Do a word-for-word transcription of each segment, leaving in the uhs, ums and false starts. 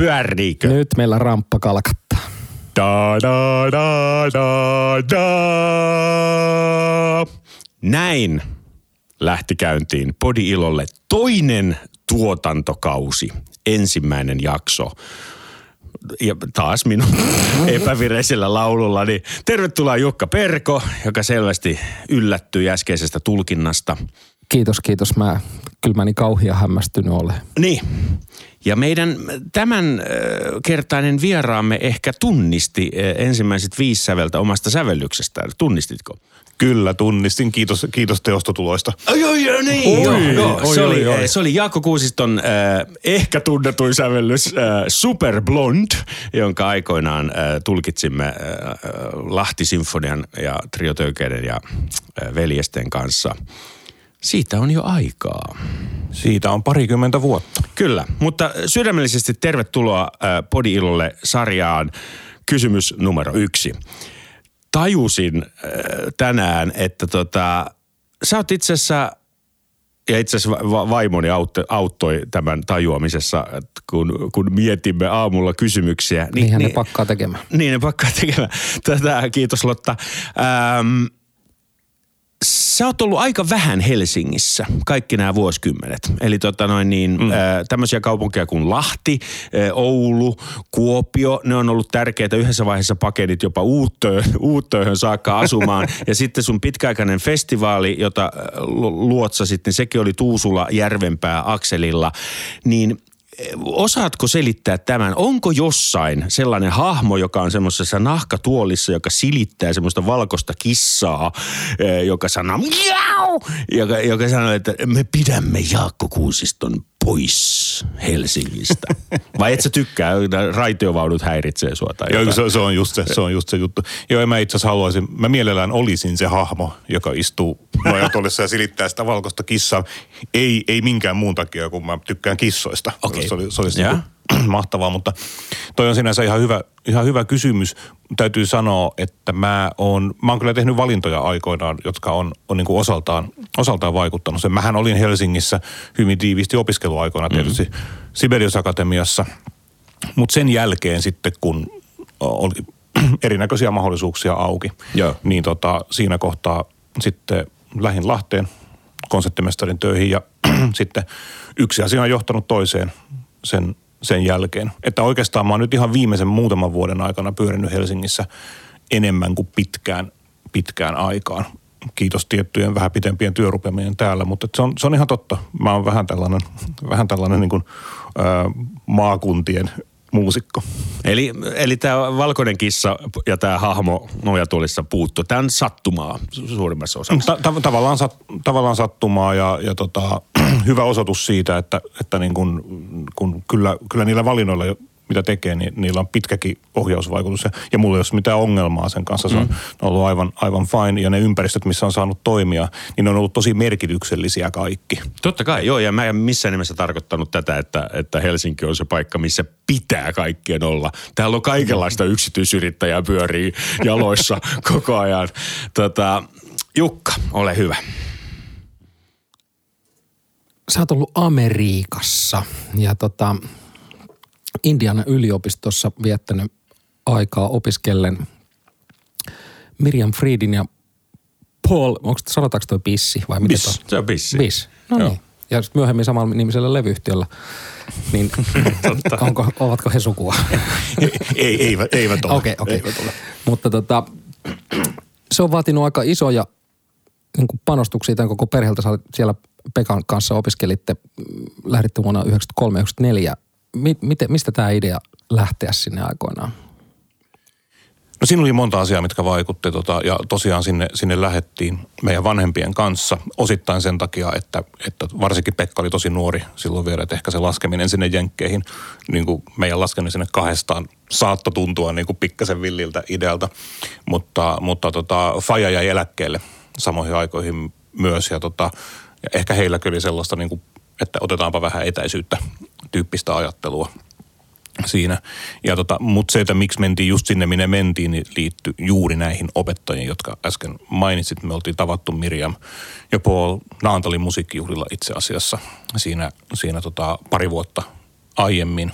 Pyöriikö? Nyt meillä ramppa kalkattaa. Da, da, da, da, da. Näin lähti käyntiin Podi-ilolle toinen tuotantokausi, ensimmäinen jakso. Ja taas minun epävireisellä laululla, niin tervetuloa Jukka Perko, joka selvästi yllättyi äskeisestä tulkinnasta. Kiitos, kiitos. Mä, kyllä mä niin kauhia hämmästynyt olen. Niin. Ja meidän tämän kertainen vieraamme ehkä tunnisti ensimmäiset viisi säveltä omasta sävellyksestään. Tunnistitko? Kyllä, tunnistin. Kiitos, kiitos teostotuloista. Oi, oi, oi, niin. Oi, joo, joo. oi, Se, oi, oli, oi. se oli Jaakko Kuusiston äh, ehkä tunnetuin sävellys äh, Super Blonde, jonka aikoinaan äh, tulkitsimme äh, Lahti-sinfonian ja Trio Töykeiden ja äh, veljesten kanssa. Siitä on jo aikaa. Siitä on parikymmentä vuotta. Kyllä, mutta sydämellisesti tervetuloa äh, Podi-ilolle sarjaan. Kysymys numero yksi. Tajusin äh, tänään, että tota, sä oot itse asiassa, ja itse asiassa va- vaimoni auttoi, auttoi tämän tajuamisessa, kun, kun mietimme aamulla kysymyksiä. Niin, Niinhän niin, ne pakkaa tekemään. Niin, ne pakkaa tekemään. Tätä, kiitos Lotta. Ähm, Sä oot ollut aika vähän Helsingissä kaikki nämä vuosikymmenet. Eli tota noin niin, mm. ä, tämmöisiä kaupunkeja kuin Lahti, ä, Oulu, Kuopio, ne on ollut tärkeitä. Yhdessä vaiheessa pakenit jopa Uuttöön, Uuttöön saakka asumaan. Ja sitten sun pitkäaikainen festivaali, jota luotsasit, niin sekin oli Tuusula, Järvenpää, Akselilla. Niin osaatko selittää tämän? Onko jossain sellainen hahmo, joka on semmoisessa nahkatuolissa, joka silittää semmoista valkoista kissaa, joka sanoo miau, joka, joka sanoo, että me pidämme Jaakko Kuusiston pois Helsingistä? Vai et sä tykkää, raitiovaunut häiritsee sua tai Joo, se, se, on just se, se on just se juttu. Joo, mä itse asiassa haluaisin, mä mielellään olisin se hahmo, joka istuu nojatuolissa ja silittää sitä valkoista kissaa. Ei, ei minkään muun takia, kun mä tykkään kissoista. Okay. Se, oli, se olisi niin mahtavaa, mutta toi on sinänsä ihan hyvä, ihan hyvä kysymys. Täytyy sanoa, että mä oon, mä oon kyllä tehnyt valintoja aikoinaan, jotka on, on niin kuin osaltaan, osaltaan vaikuttanut sen. Mähän olin Helsingissä hyvin tiiviisti opiskeluaikoina tietysti mm-hmm. Sibelius Akatemiassa, mutta sen jälkeen sitten, kun oli erinäköisiä mahdollisuuksia auki, Joo. niin tota, siinä kohtaa sitten lähdin Lahteen konseptimestarin töihin ja sitten yksi asia on johtanut toiseen sen sen jälkeen. Että oikeastaan mä oon nyt ihan viimeisen muutaman vuoden aikana pyörinyt Helsingissä enemmän kuin pitkään, pitkään aikaan. Kiitos tiettyjen vähän pitempien työrupeamien täällä, mutta se on, se on ihan totta. Mä oon vähän tällainen, vähän tällainen niin kuin, ä, maakuntien muusikko. Eli, eli tämä valkoinen kissa ja tämä hahmo nojatuolissa puuttuu. Tämä on sattumaa suurimmassa osassa. Ta- ta- tavallaan, sat- tavallaan sattumaa ja, ja tota, hyvä osoitus siitä, että, että niin kun, kun kyllä, kyllä niillä valinnoilla, mitä tekee, niin niillä on pitkäkin ohjausvaikutus. Ja, ja mulla ei ole mitään ongelmaa sen kanssa. Se on mm. ollut aivan, aivan fine. Ja ne ympäristöt, missä on saanut toimia, niin ne on ollut tosi merkityksellisiä kaikki. Totta kai, joo. Ja mä en missään nimessä tarkoittanut tätä, että, että Helsinki on se paikka, missä pitää kaikkien olla. Täällä on kaikenlaista yksityisyrittäjää pyörii jaloissa koko ajan. Tota, Jukka, ole hyvä. Sä oot ollut Amerikassa ja tota, Indianan yliopistossa viettänyt aikaa opiskellen Miriam Friedin ja Paul, onko sanotaanko toi Bissi vai mitä Biss, se on Bissi. Biss, no Joo. niin. Ja sitten myöhemmin samalla nimisellä levyyhtiöllä, niin onko, ovatko he sukua? ei, eivät, eivät ole. Okei, okei. Okay. Mutta tota, se on vaatinut aika isoja niin kuin panostuksia tämän koko perheeltä. Sä siellä Pekan kanssa opiskelitte, lähditte vuonna yhdeksänkymmentäkolme yhdeksänkymmentäneljä. Miten, mistä tämä idea lähteä sinne aikoinaan? No siinä oli monta asiaa, mitkä vaikutti tota, ja tosiaan sinne, sinne lähdettiin meidän vanhempien kanssa. Osittain sen takia, että, että varsinkin Pekka oli tosi nuori silloin vielä, että ehkä se laskeminen sinne jenkkeihin, niin kuin meidän laskeminen sinne kahdestaan saattoi tuntua niin kuin pikkasen villiltä idealta. Mutta, mutta tota, faija jäi eläkkeelle samoihin aikoihin myös ja, tota, ja ehkä heilläkin oli sellaista, niin kuin, että otetaanpa vähän etäisyyttä tyyppistä ajattelua siinä. Ja tota, mutta se, että miksi mentiin just sinne, minne mentiin, niin liittyi juuri näihin opettajiin, jotka äsken mainitsit. Me oltiin tavattu Miriam ja Paul Naantalin musiikkijuhlilla itse asiassa siinä, siinä tota pari vuotta aiemmin.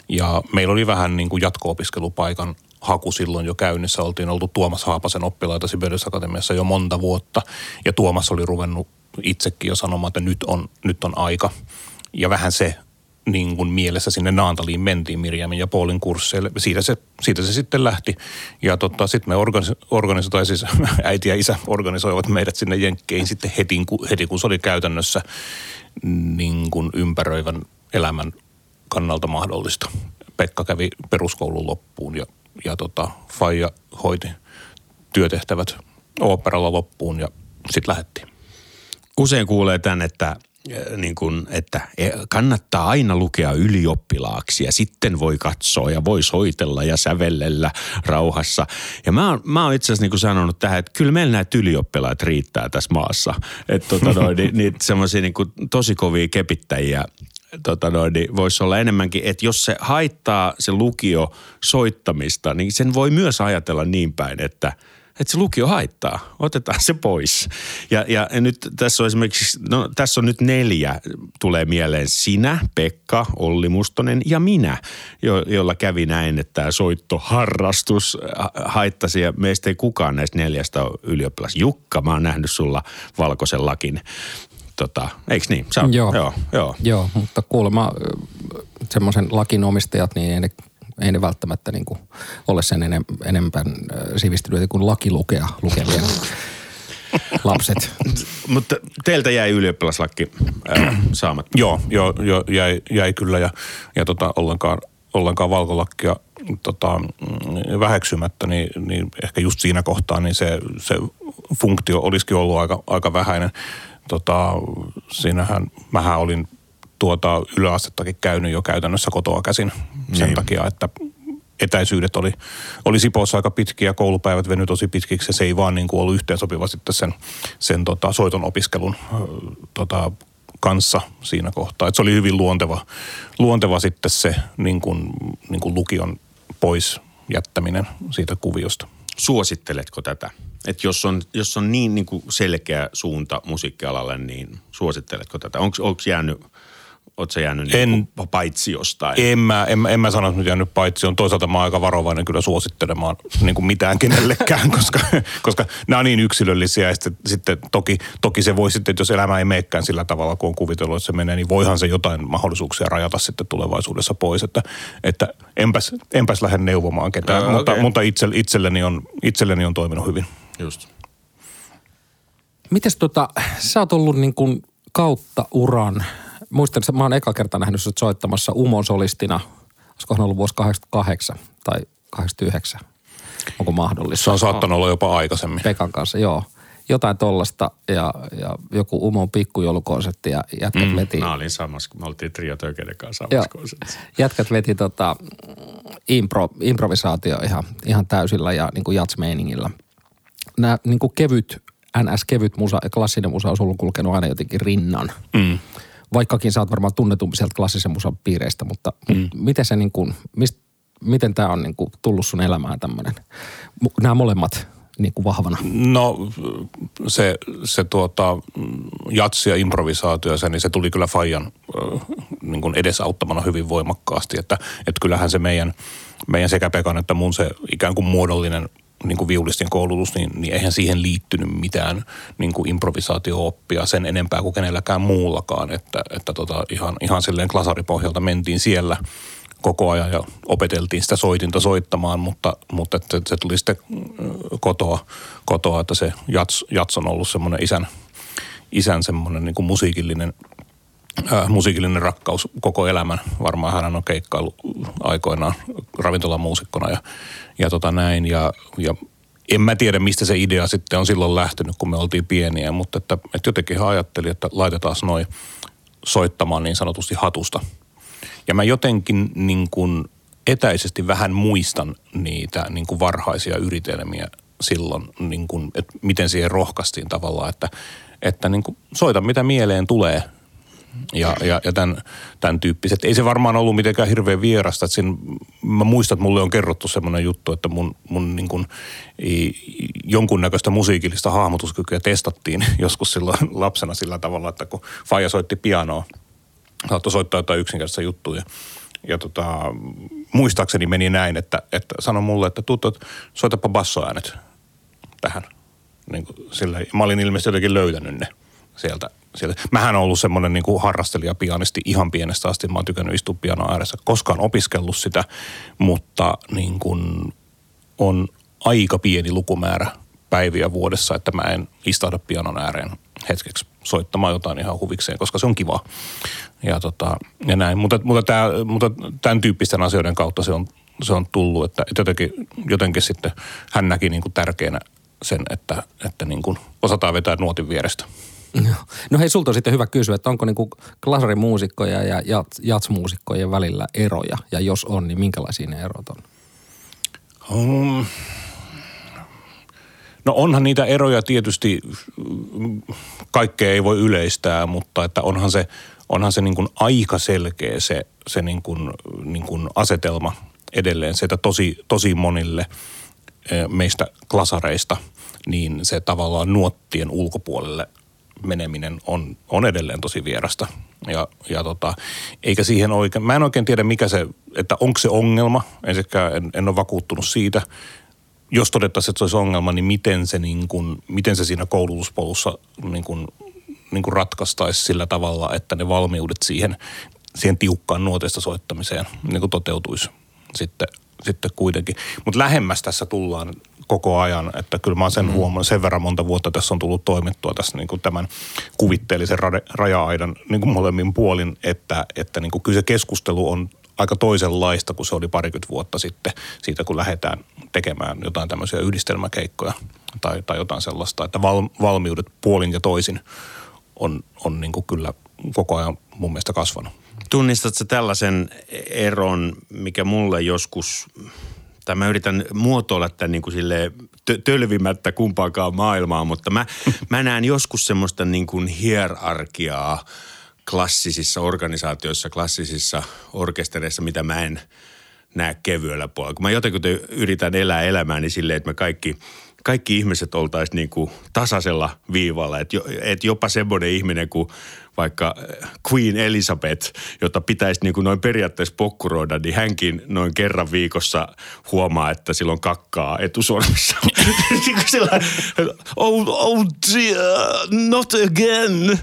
Ja meillä oli vähän niin kuin jatko-opiskelupaikan haku silloin jo käynnissä. Oltiin oltu Tuomas Haapasen oppilaita Sibelius Akatemiassa jo monta vuotta. Ja Tuomas oli ruvennut itsekin jo sanomaan, että nyt on, nyt on aika. Ja vähän se niin kuin mielessä sinne Naantaliin mentiin Mirjamin ja Paulin kursseille. Siitä se, siitä se sitten lähti. Ja tota, sitten me organis- organisoitiin, siis äiti ja isä organisoivat meidät sinne Jenkkeihin sitten heti, heti kun se oli käytännössä niin kuin ympäröivän elämän kannalta mahdollista. Pekka kävi peruskoulun loppuun ja, ja tota, faija hoiti työtehtävät oopperalla loppuun ja sitten lähdettiin. Usein kuulee tämän, että, niin kun, että kannattaa aina lukea ylioppilaaksi ja sitten voi katsoa ja voi soitella ja sävellellä rauhassa. Ja mä oon, mä oon itse asiassa niin sanonut tähän, että kyllä meillä näitä ylioppilaat riittää tässä maassa. Että tota noin, niitä semmoisia niin tosi kovia kepittäjiä tota noin, niin voisi olla enemmänkin, että jos se haittaa se lukio soittamista, niin sen voi myös ajatella niin päin, että että se lukio haittaa. Otetaan se pois. Ja, ja nyt tässä on esimerkiksi, no tässä on nyt neljä, tulee mieleen sinä, Pekka, Olli Mustonen ja minä, jo, jolla kävi näin, että tämä soittoharrastus haittasi ja meistä ei kukaan näistä neljästä ole ylioppilas. Jukka, mä oon nähnyt sulla valkoisen lakin. Tota, eikö niin? Sä, joo. joo. Joo, joo, mutta kuulemma semmoisen lakin omistajat, niin ei ne, ei ne välttämättä niin kuin ole sen enem, enempän sivistyneitä kuin lakilukea lukevia lapset. Mutta teiltä jäi ylioppilaslakki äh, saamatta. Joo, joo, joo jäi, jäi kyllä ja, ja tota, ollenkaan, ollenkaan valkolakkia tota, väheksymättä, niin, niin ehkä just siinä kohtaa niin se, se funktio olisikin ollut aika, aika vähäinen. Tota, siinähän mähän olin tuota yläastettakin käynyt jo käytännössä kotoa käsin sen niin. takia, että etäisyydet oli, oli Sipoossa aika pitkiä, koulupäivät venyi tosi pitkiksi ja se ei vaan niin kuin ollut yhteensopiva sitten sen, sen tota, soiton opiskelun tota, kanssa siinä kohtaa. Et se oli hyvin luonteva, luonteva sitten se niin kuin, niin kuin lukion pois jättäminen siitä kuviosta. Suositteletko tätä? Että jos on, jos on niin, niin kuin selkeä suunta musiikkialalle, niin suositteletko tätä? Onko jäänyt, ootko sä jäänyt en, niin paitsi jostain? En mä, en, en mä sano, että nyt jäänyt paitsi. On toisaalta mä oon aika varovainen kyllä suosittelemaan niin kuin mitään kenellekään, koska, koska nämä on niin yksilöllisiä. Ja sitten, sitten toki, toki se voi sitten, että jos elämä ei meekään sillä tavalla, kun on kuvitellut, että se menee, niin voihan se jotain mahdollisuuksia rajata sitten tulevaisuudessa pois. Että, että enpäs, enpäs lähde neuvomaan ketään, no, mutta, okay. mutta itselleni, on, itselleni on toiminut hyvin. Just. Mites tota, sä oot ollut niin kuin kautta uran, muistan, että mä oon eka kerta nähnyt sut soittamassa Umon solistina, olisikohan ollut vuosi kahdeksankymmentäkahdeksan tai kahdeksankymmentäyhdeksän, onko mahdollista? Se on saattanut olla jopa aikaisemmin. Pekan kanssa, joo. Jotain tollasta ja, ja joku Umon pikkujoulukonsertti ja jätkät mm, veti. Mä olin samassa, me oltiin Trio Tökeiden kanssa samassa konsertissa. Jätkät veti tota impro, improvisaatio ihan, ihan täysillä ja niin kuin jats-meiningillä. Nämä niin kuin kevyt, N S-kevyt musa ja klassinen musa on sulla kulkenut aina jotenkin rinnan. Mm. Vaikkakin sä oot varmaan tunnetumpi sieltä klassisen musan piireistä, mutta mm. miten se niin kuin, mist, miten tää on niin kuin tullut sun elämään tämmönen, nämä molemmat niin kuin vahvana? No se, se tuota, jatsi ja improvisaatio, se, niin se tuli kyllä Fajan niin kuin edesauttamana hyvin voimakkaasti, että, että kyllähän se meidän, meidän sekä Pekan että mun se ikään kuin muodollinen niin kuin viulistin koulutus, niin, niin eihän siihen liittynyt mitään niin kuin improvisaatio-oppia sen enempää kuin kenelläkään muullakaan, että, että tota, ihan, ihan silleen klasaripohjalta mentiin siellä koko ajan ja opeteltiin sitä soitinta soittamaan, mutta, mutta että se tuli sitten kotoa, kotoa että se jats, jats on ollut semmoinen isän, isän semmoinen niin kuin musiikillinen Äh, musiikillinen rakkaus koko elämän. Varmaan hän on keikkaillut aikoinaan ravintolamuusikkona ja, ja tota näin. Ja, ja en mä tiedä, mistä se idea sitten on silloin lähtenyt, kun me oltiin pieniä, mutta että, että jotenkin hän ajatteli, että laitetaan noi soittamaan niin sanotusti hatusta. Ja mä jotenkin niin kuin etäisesti vähän muistan niitä niin kuin varhaisia yritelmiä silloin, niin kuin, että miten siihen rohkaistiin tavallaan, että, että niin kuin soita mitä mieleen tulee. Ja, ja, ja tämän, tämän tyyppiset. Ei se varmaan ollut mitenkään hirveän vierasta. Että siinä, mä muistan, että mulle on kerrottu semmoinen juttu, että mun, mun niin kuin, jonkunnäköistä musiikillista hahmotuskykyä testattiin joskus silloin lapsena sillä tavalla, että kun faija soitti pianoa, saattoi soittaa jotain yksinkertaista juttuja. ja tota, muistaakseni meni näin, että, että sano mulle, että tuut, soitapa bassoäänet tähän. Niin kuin sille, mä olin ilmeisesti jotenkin löytänyt ne sieltä. sieltä. Mähän on ollut semmoinen niin kuin harrastelija pianisti ihan pienestä asti. Mä oon tykännyt istua pianon ääressä. Koskaan opiskellut sitä, mutta niin kuin on aika pieni lukumäärä päiviä vuodessa, että mä en istahda pianon ääreen hetkeksi soittamaan jotain ihan huvikseen, koska se on kiva. Ja, tota, ja näin. Mutta, mutta, tää, mutta tämän tyyppisten asioiden kautta se on, se on tullut, että, että jotenkin, jotenkin sitten hän näki niin kuin tärkeänä sen, että, että niin kuin osataan vetää nuotin vierestä. No hei, sulta on sitten hyvä kysyä, että onko niin kuin glasarimuusikkoja ja jatsmuusikkojen välillä eroja? Ja jos on, niin minkälaisia ne erot on? Um, no onhan niitä eroja tietysti, kaikkea ei voi yleistää, mutta että onhan se, onhan se niin kuin aika selkeä se, se niin kuin, niin kuin asetelma edelleen. Se, että tosi, tosi monille meistä glasareista, niin se tavallaan nuottien ulkopuolelle meneminen on, on edelleen tosi vierasta. Ja, ja tota, eikä siihen oikein, mä en oikein tiedä mikä se, että onko se ongelma, ensinnäkään en, en ole vakuuttunut siitä. Jos todettaisiin, että se olisi ongelma, niin miten se, niin kuin, miten se siinä koulutuspolussa niin kuin, niin kuin ratkaistaisi sillä tavalla, että ne valmiudet siihen, siihen tiukkaan nuoteista soittamiseen niin kuin toteutuisi sitten, sitten kuitenkin. Mutta lähemmäs tässä tullaan koko ajan, että kyllä mä oon sen mm. huomannut, sen verran monta vuotta tässä on tullut toimittua tässä niin kuin tämän kuvitteellisen raja-aidan niin kuin molemmin puolin, että, että niin kuin kyllä se keskustelu on aika toisenlaista kuin se oli parikymmentä vuotta sitten siitä, kun lähdetään tekemään jotain tämmöisiä yhdistelmäkeikkoja tai, tai jotain sellaista, että val, valmiudet puolin ja toisin on, on niin kuin kyllä koko ajan mun mielestä kasvanut. Tunnistatko tällaisen eron, mikä mulle joskus, tai mä yritän muotoilla tämän niin kuin silleen tö- tölvimättä kumpaakaan maailmaa, mutta mä, mä näen joskus semmoista niin kuin hierarkiaa klassisissa organisaatioissa, klassisissa orkestereissa, mitä mä en näe kevyellä puolella. Kun mä jotenkin yritän elää elämääni silleen, että me kaikki, kaikki ihmiset oltaisiin niin kuin tasaisella viivalla. Että et jopa semmoinen ihminen kuin vaikka Queen Elizabeth, jota pitäisi niin kuin noin periaatteessa pokkuroida, niin hänkin noin kerran viikossa huomaa, että sillä on kakkaa etusormissa. Niin kuin sillä, oh, oh dear, not again.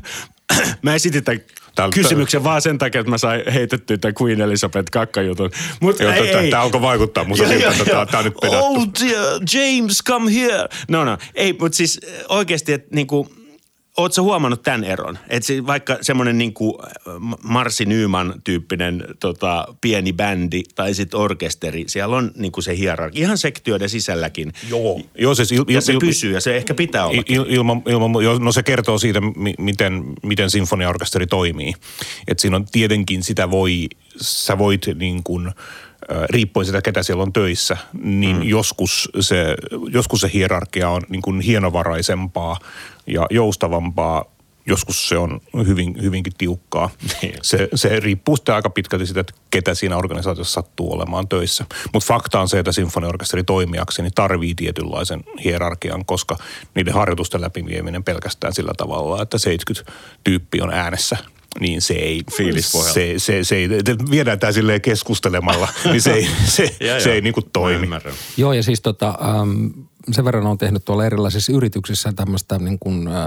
Mä esitin tämän Tältä. kysymyksen vaan sen takia, että mä sain heitettyä tämän Queen Elizabeth kakkajutun. Mutta ei, ei. Tämä alkoi vaikuttaa musta siltä, että tämä on nyt pedattu. Oh dear, James, come here. No, no, ei, mutta siis oikeasti, että niinku, ootko sä huomannut tämän eron? Että se, vaikka semmoinen niinku Marsi Nyman-tyyppinen tota, pieni bändi tai sitten orkesteri, siellä on niinku se hierarkia, ihan sektioiden sisälläkin. Joo. Joo siis il, ja il, se il, pysyy ja se ehkä pitää olla. Il, ilman, ilman, no se kertoo siitä, miten, miten sinfoniaorkesteri toimii. Että siinä on tietenkin sitä voi, sä voit niin kuin riippuen sitä, ketä siellä on töissä, niin mm. joskus, se, joskus se hierarkia on niin kuin hienovaraisempaa ja joustavampaa. Joskus se on hyvin, hyvinkin tiukkaa. Se, se riippuu sitten aika pitkälti siitä, että ketä siinä organisaatiossa sattuu olemaan töissä. Mutta fakta on se, että sinfoniaorkesteri toimijaksi niin tarvii tietynlaisen hierarkian, koska niiden harjoitusten läpivieminen pelkästään sillä tavalla, että seitsemänkymmentä tyyppi on äänessä, niin se ei, se, se, se ei, viedään tämä silleen keskustelemalla, niin se ei, se, ja se ei niin kuin toimi. Joo, ja siis tota, ähm, sen verran on tehnyt tuolla erilaisissa yrityksissä tämmöistä niin kuin äh,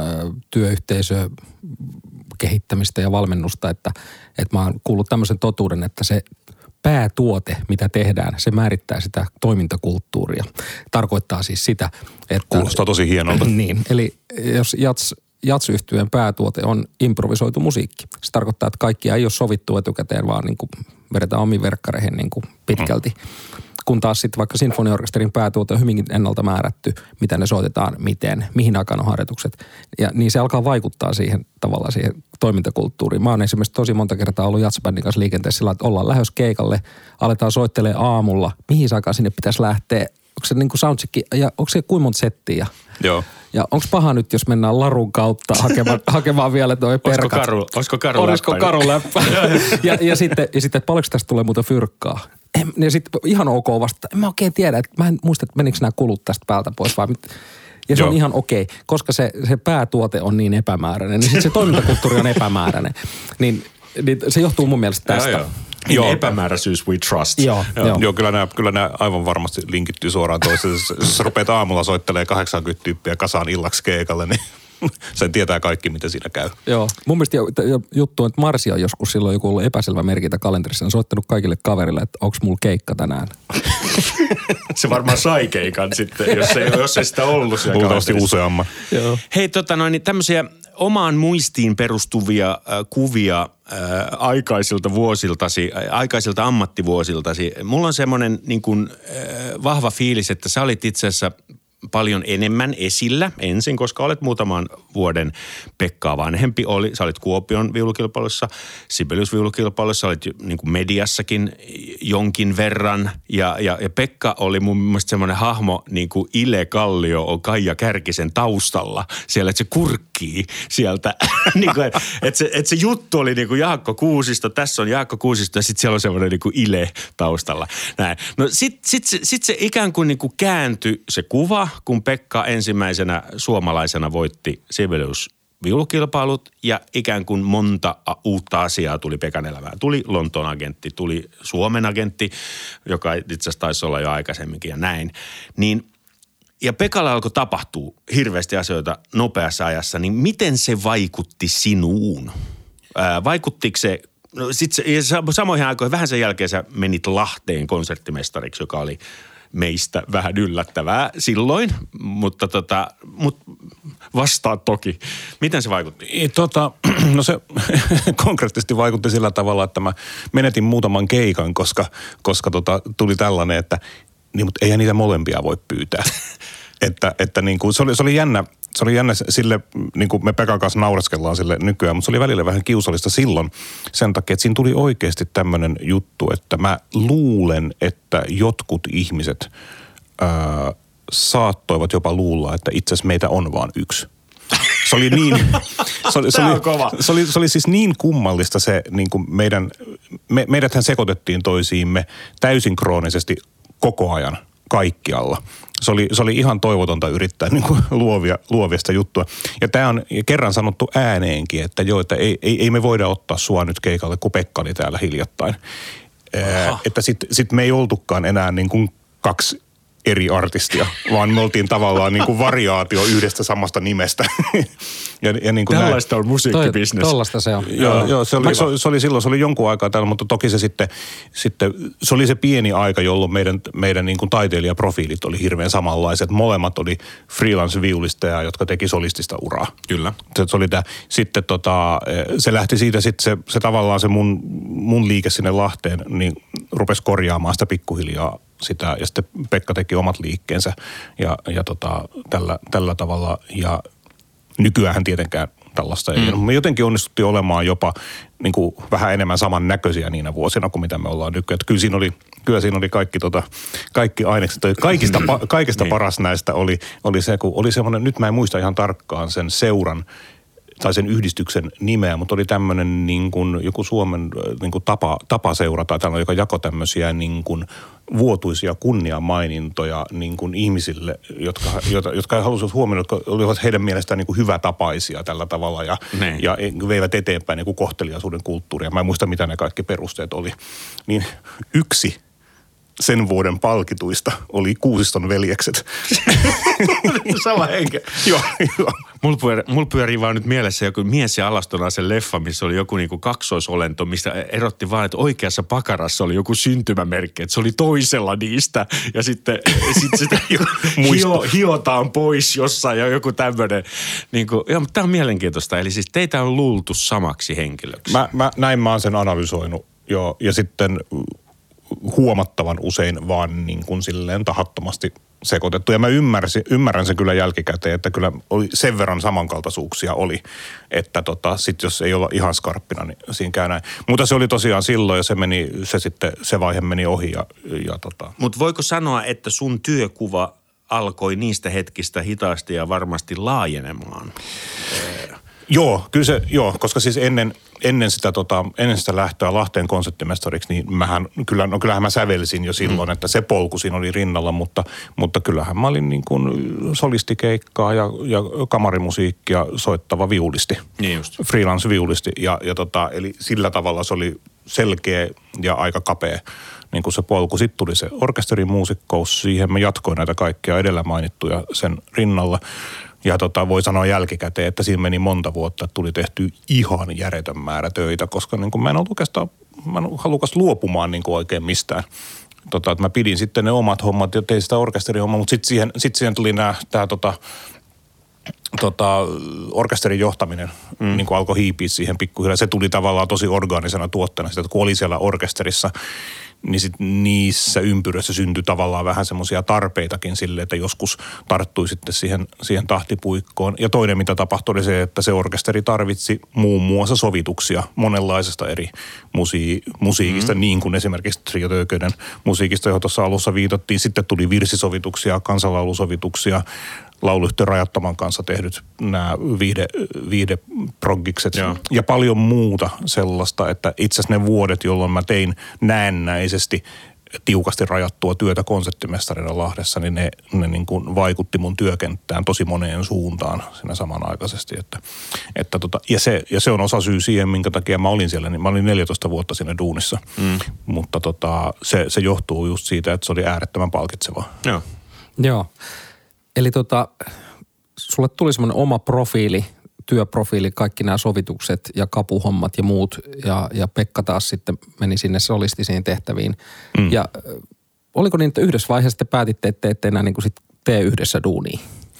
työyhteisökehittämistä ja valmennusta, että, että mä oon kuullut tämmöisen totuuden, että se päätuote, mitä tehdään, se määrittää sitä toimintakulttuuria. Tarkoittaa siis sitä, että... Kuulostaa tosi hienolta. Niin, eli jos jats... Jats-yhtyeen päätuote on improvisoitu musiikki. Se tarkoittaa, että kaikkia ei ole sovittu etukäteen, vaan niin kuin vedetään omiin verkkareihin niin kuin pitkälti. Mm. Kun taas sitten vaikka sinfoniaorkesterin päätuote on hyvinkin ennalta määrätty, mitä ne soitetaan, miten, mihin aikaan on harjoitukset. Ja niin se alkaa vaikuttaa siihen tavallaan siihen toimintakulttuuriin. Mä oon esimerkiksi tosi monta kertaa ollut jatsbändin kanssa liikenteessä sillä, että ollaan lähdössä keikalle, aletaan soittelemaan aamulla, mihin aikaan sinne pitäisi lähteä. Onko se niin kuin soundcheck, ja onko se kuinka monta settiä? Joo. Ja onko paha nyt, jos mennään larun kautta hakemaan, hakemaan vielä toi perkat? Karu, olisiko karu olisiko läppä? Karu läppä? ja, ja sitten, ja sitten että paljonko tästä tulee muuta fyrkkaa? En, ja sitten ihan ok vasta. En mä oikein tiedä, että mä en muista, että menikö nämä kulut tästä päältä pois vai mit. Ja se Joo. on ihan okei, okay, koska se, se päätuote on niin epämääräinen, niin sitten se toimintakulttuuri on epämääräinen. Niin, niin se johtuu mun mielestä tästä. Ja, ja. Joo. Epämääräisyys we trust. Joo, Joo, joo. joo kyllä, nämä, kyllä nämä aivan varmasti linkittyy suoraan toiseen. Jos rupeat aamulla soittelee kahdeksankymmentä tyyppiä kasaan illaksi keikalle, niin sen tietää kaikki, mitä siinä käy. Joo. Mun mielestä jo- jo- juttu on, että Marsi on joskus silloin joku ollut epäselvä merkintä kalenterissa. On soittanut kaikille kaverille, että onko mulla keikka tänään. Se varmaan sai keikan sitten, jos ei, jos ei sitä ollut siellä Luultavasti kalenterissa. useamman. Joo. Hei, tota noin, niin tämmöisiä omaan muistiin perustuvia äh, kuvia äh, aikaisilta vuosiltasi, äh, aikaisilta ammattivuosiltasi. Mulla on semmoinen niin kuin, äh, vahva fiilis, että sä olit itse asiassa paljon enemmän esillä ensin, koska olet muutaman vuoden Pekkaa vanhempi. Oli, sä olit Kuopion viulukilpailussa, Sibelius viulukilpailussa, olit niin kuin mediassakin jonkin verran. Ja, ja, ja Pekka oli mun mielestä semmoinen hahmo, niin kuin Ile Kallio on Kaija Kärkisen taustalla. Siellä, että se kurkkii sieltä. niin kuin, että, se, että se juttu oli niin kuin Jaakko Kuusisto, tässä on Jaakko Kuusisto ja sitten siellä on semmoinen niin kuin Ile taustalla. Näin. No sit, sit, sit, sit se ikään kuin, niin kuin kääntyi se kuva, kun Pekka ensimmäisenä suomalaisena voitti Sibelius viulukilpailut ja ikään kuin monta uutta asiaa tuli Pekan elämään. Tuli Lontoon agentti, tuli Suomen agentti, joka itse asiassa taisi olla jo aikaisemminkin ja näin. Niin, ja Pekalla alkoi tapahtua hirveästi asioita nopeassa ajassa, niin miten se vaikutti sinuun? Ää, vaikuttiko se, no sit se, samoihin aikoihin vähän sen jälkeen sä menit Lahteen konserttimestariksi, joka oli meistä vähän yllättävää silloin, mutta tota, mut vastaa toki. Miten se vaikutti? Tota, no se konkreettisesti vaikutti sillä tavalla, että mä menetin muutaman keikan, koska, koska tota, tuli tällainen, että niin, mutta eihän niitä molempia voi pyytää. että että niin kuin, se, oli, se oli jännä. Se oli jännä sille, niin kuin me Pekan kanssa naureskellaan sille nykyään, mutta se oli välillä vähän kiusallista silloin sen takia, että siinä tuli oikeasti tämmöinen juttu, että mä luulen, että jotkut ihmiset ää, saattoivat jopa luulla, että itse asiassa meitä on vaan yksi. Se oli niin, se oli, se oli, se oli, se oli siis niin kummallista se niin kuin meidän, me, meidäthän sekoitettiin toisiimme täysin kroonisesti koko ajan kaikkialla. Se oli, se oli ihan toivotonta yrittää niin kuin luovia, luovia sitä juttua. Ja tämä on kerran sanottu ääneenkin, että joo, että ei, ei, ei me voida ottaa sua nyt keikalle, kun Pekka oli täällä hiljattain. Ää, että sitten sit me ei oltukaan enää niin kuin kaksi eri artistia, vaan me oltiin tavallaan niin kuin variaatio yhdestä samasta nimestä. ja, ja niin kuin tällaista on musiikkibisnes. Tollasta se on. Joo, joo se, oli, se, se oli silloin, se oli jonkun aikaa täällä, mutta toki se sitten, sitten se oli se pieni aika, jolloin meidän, meidän niin kuin taiteilijaprofiilit oli hirveän samanlaiset. Molemmat oli freelance-viulisteja, jotka teki solistista uraa. Kyllä. Se, se oli tämä, sitten tota, se lähti siitä sitten se, se tavallaan se mun, mun liike sinne Lahteen, niin rupesi korjaamaan sitä pikkuhiljaa sitä, ja sitten Pekka teki omat liikkeensä ja, ja tota, tällä, tällä tavalla, ja nykyään tietenkään tällaista ei. Mm. Me jotenkin onnistuttiin olemaan jopa niin kuin vähän enemmän samannäköisiä niinä vuosina kuin mitä me ollaan nykyään. Että kyllä siinä oli, kyllä siinä oli kaikki, tota, kaikki ainekset. Kaikista, kaikista niin. Paras näistä oli, oli se, kun oli semmoinen, nyt mä en muista ihan tarkkaan sen seuran, tai sen yhdistyksen nimeä, mutta oli tämmöinen niin kuin joku Suomen niin kuin tapa, tapaseura tai tällainen, joka jakoi tämmöisiä niin kuin vuotuisia kunniamainintoja niin kuin ihmisille, jotka, jotka, jotka halusivat huomioida, jotka olivat heidän mielestään niin kuin hyvätapaisia tällä tavalla ja, ja veivät eteenpäin niin kuin kohteliaisuuden kulttuuria. Mä en muista, mitä ne kaikki perusteet oli. Niin yksi sen vuoden palkituista oli Kuusiston veljekset. Sama henke. Joo, joo. Mulla pyörii, mul pyörii vaan nyt mielessä joku Mies ja alastonaisen leffa, missä oli joku niinku kaksoisolento, mistä erotti vaan, että oikeassa pakarassa oli joku syntymämerkki, että se oli toisella niistä. Ja sitten sit sitä hio, hiotaan pois jossain ja joku tämmöinen. Niinku, joo, mutta tämä on mielenkiintoista. Eli siis teitä on luultu samaksi henkilöksi. Mä, mä, näin mä oon sen analysoinut, joo. Ja sitten huomattavan usein vaan niin kuin silleen tahattomasti sekoitettu. Ja mä ymmärsin, ymmärrän sen kyllä jälkikäteen, että kyllä oli sen verran samankaltaisuuksia oli, että tota, sit jos ei olla ihan skarppina, niin siinä käy näin. Mutta se oli tosiaan silloin ja se meni, se sitten, se vaihe meni ohi ja, ja tota. Mutta voiko sanoa, että sun työkuva alkoi niistä hetkistä hitaasti ja varmasti laajenemaan? Joo, kyllä se, joo, koska siis ennen, ennen, sitä, tota, ennen sitä lähtöä Lahteen konserttimestariksi, niin mähän, kyllä, no kyllähän mä sävelsin jo silloin, mm. että se polku siinä oli rinnalla, mutta, mutta kyllähän mä olin niin kuin solistikeikkaa ja, ja kamarimusiikkia soittava viulisti. Niin just. Freelance-viulisti ja, ja tota, eli sillä tavalla se oli selkeä ja aika kapea niin kuin se polku. Sitten tuli se orkesterimuusikkous, siihen mä jatkoin näitä kaikkia edellä mainittuja sen rinnalla. Ja tota, voi sanoa jälkikäteen, että siinä meni monta vuotta, että tuli tehty ihan järjetön määrä töitä, koska niin kuin mä en ollut oikeastaan, mä en halukas luopumaan niin kuin oikein mistään. Tota, että mä pidin sitten ne omat hommat ja tein sitä orkesterihommaa, mutta sitten siihen, sit siihen tuli nämä, tämä tota, tota, orkesterin johtaminen, mm. niin kuin alkoi hiipiä siihen pikkuhiljaa. Se tuli tavallaan tosi orgaanisena tuotteena sitä, että kun oli siellä orkesterissa, niin sit niissä ympyröissä syntyi tavallaan vähän semmoisia tarpeitakin sille, että joskus tarttui sitten siihen, siihen tahtipuikkoon. Ja toinen, mitä tapahtui, oli se, että se orkesteri tarvitsi muun muassa sovituksia monenlaisesta eri musi- musiikista, mm-hmm. niin kuin esimerkiksi Trio Tökönen musiikista, johon tuossa alussa viitattiin. Sitten tuli virsisovituksia, kansanlaulusovituksia, lauluyhtiön Rajattoman kanssa tehdyt nämä viihde, viihdeproggikset ja. ja paljon muuta sellaista, että itse asiassa ne vuodet, jolloin mä tein näennäisesti tiukasti rajattua työtä konserttimestarina Lahdessa, niin ne, ne niin kuin vaikutti mun työkenttään tosi moneen suuntaan siinä samanaikaisesti. Että, että tota, ja, se, ja se on osa syy siihen, minkä takia mä olin siellä. Niin mä olin neljätoista vuotta siinä duunissa, mm. mutta tota, se, se johtuu just siitä, että se oli äärettömän palkitsevaa. Joo. Joo. Eli tota, sulle tuli semmoinen oma profiili, työprofiili, kaikki nämä sovitukset ja kapuhommat ja muut. Ja, ja Pekka taas sitten meni sinne solistisiin tehtäviin. Mm. Ja oliko niin, että yhdessä vaiheessa te päätitte, että ette enää niin kuin sit tee yhdessä duunia?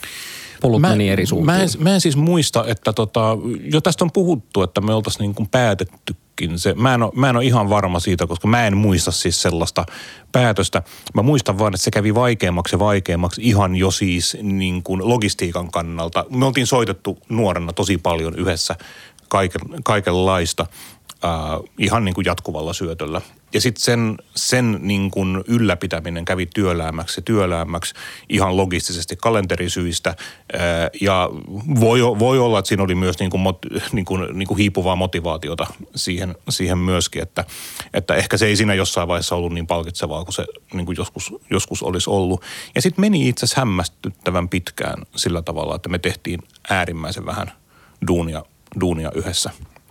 Polut mä, meni eri suuntiin. Mä en, mä en siis muista, että tota, jo tästä on puhuttu, että me oltaisiin niin kuin päätettykin se. Mä en, ole, mä en ole ihan varma siitä, koska mä en muista siis sellaista päätöstä. Mä muistan vaan, että se kävi vaikeammaksi ja vaikeammaksi ihan jo siis niin kuin logistiikan kannalta. Me oltiin soitettu nuorena tosi paljon yhdessä kaiken, kaikenlaista. Uh, ihan niin kuin jatkuvalla syötöllä. Ja sitten sen, sen niin kuin ylläpitäminen kävi työläämmäksi työläämmäksi ihan logistisesti kalenterisyistä. Uh, ja voi, voi olla, että siinä oli myös niin kuin, mot, niin kuin, niin kuin hiipuvaa motivaatiota siihen, siihen myöskin, että, että ehkä se ei siinä jossain vaiheessa ollut niin palkitsevaa kuin se niin kuin joskus, joskus olisi ollut. Ja sitten meni itse asiassa hämmästyttävän pitkään sillä tavalla, että me tehtiin äärimmäisen vähän duunia, duunia yhdessä.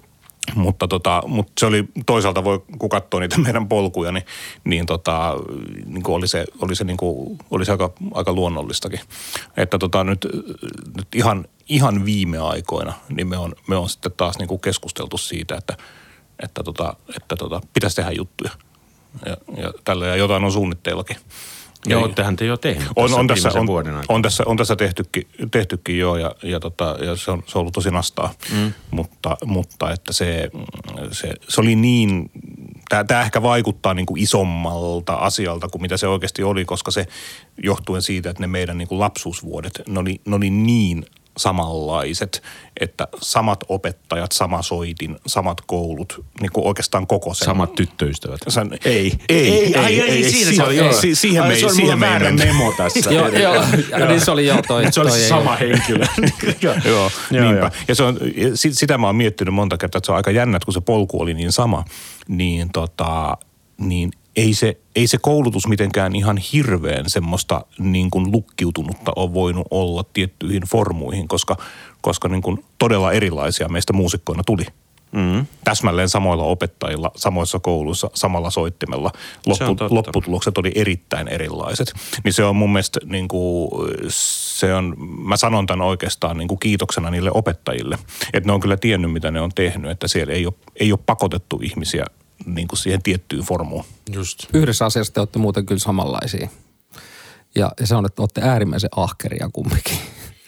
Mutta, tota, mutta se oli toisaalta, voi, kun katsoo niitä meidän polkuja, niin, niin, tota, niin kuin oli se, oli se, niin kuin, oli se aika, aika luonnollistakin. Että tota, nyt, nyt ihan, ihan viime aikoina niin me on, me on sitten taas niin kuin keskusteltu siitä, että, että, tota, että tota, pitäisi tehdä juttuja. Ja, ja tällä ja jotain on suunnitteillakin. Joo, oottehan te jo tehnyt on, on, tässä, on, on, tässä, on tässä tehtykin, tehtykin joo ja, ja, tota, ja se, on, se on ollut tosi nastaa, mm. mutta, mutta että se, se, se oli niin, tämä ehkä vaikuttaa niin kuin isommalta asialta kuin mitä se oikeasti oli, koska se johtuen siitä, että ne meidän niin kuin lapsuusvuodet, ne oli, ne oli niin samanlaiset, että samat opettajat, sama soitin, samat koulut, niin kuin oikeastaan koko sen. Samat tyttöystävät. Sen, ei. Ei, ei, ei, ei, ei, siinä se oli joo. Si, siihen me ei, se on siihen mulla väärä memo tässä. Joo, joo, niin se oli joo, toi. Se oli sama henkilö. Joo, niinpä. Ja se on, sitä mä oon miettinyt monta kertaa, että se on aika jännä, kun se polku oli niin sama, niin tota, niin ei se, ei se koulutus mitenkään ihan hirveän semmoista niin kuin lukkiutunutta on voinut olla tiettyihin formuihin, koska, koska niin kuin todella erilaisia meistä muusikkoina tuli. Mm-hmm. Täsmälleen samoilla opettajilla, samoissa kouluissa, samalla soittimella. Loppu, lopputulokset oli erittäin erilaiset. Niin se on mun mielestä niin kuin, se on, mä sanon tämän oikeastaan niin kuin kiitoksena niille opettajille. Että ne on kyllä tiennyt, mitä ne on tehnyt, että siellä ei ole, ei ole pakotettu ihmisiä niin kuin siihen tiettyyn formuun. Just. Yhdessä asiassa te olette muuten kyllä samanlaisia. Ja, ja se on, että olette äärimmäisen ahkeria kumminkin.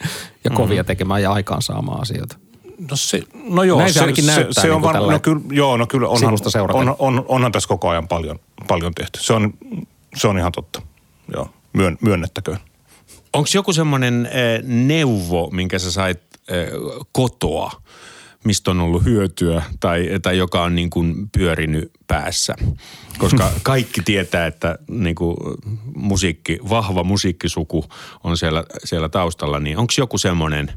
Ja kovia mm-hmm. tekemään ja aikaansaamaan asioita. No se, no joo. Näin se, se ainakin näyttää se, se niin on var, no kyllä, joo, no kyllä onhan, on, on, onhan tässä koko ajan paljon, paljon tehty. Se on, se on ihan totta. Joo, Myön, myönnettäköön. Onko joku semmoinen äh, neuvo, minkä sä sait äh, kotoa, mistä on ollut hyötyä tai, tai joka on niin kuin pyörinyt päässä? Koska kaikki tietää, että niin kuin musiikki, vahva musiikkisuku on siellä, siellä taustalla, niin onko joku semmoinen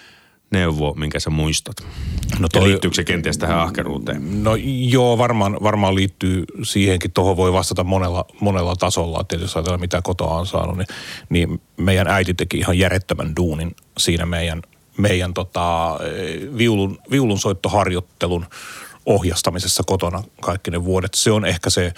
neuvo, minkä sä muistat? No toi, ja liittyykö se kenties tähän ahkeruuteen? No joo, varmaan, varmaan liittyy siihenkin. Tuohon voi vastata monella, monella tasolla. Tietysti jos ajatellaan, mitä kotoa on saanut, niin, niin meidän äiti teki ihan järjettömän duunin siinä meidän, meidän tota, viulun, viulunsoittoharjoittelun ohjastamisessa kotona kaikki ne vuodet. Se on ehkä se,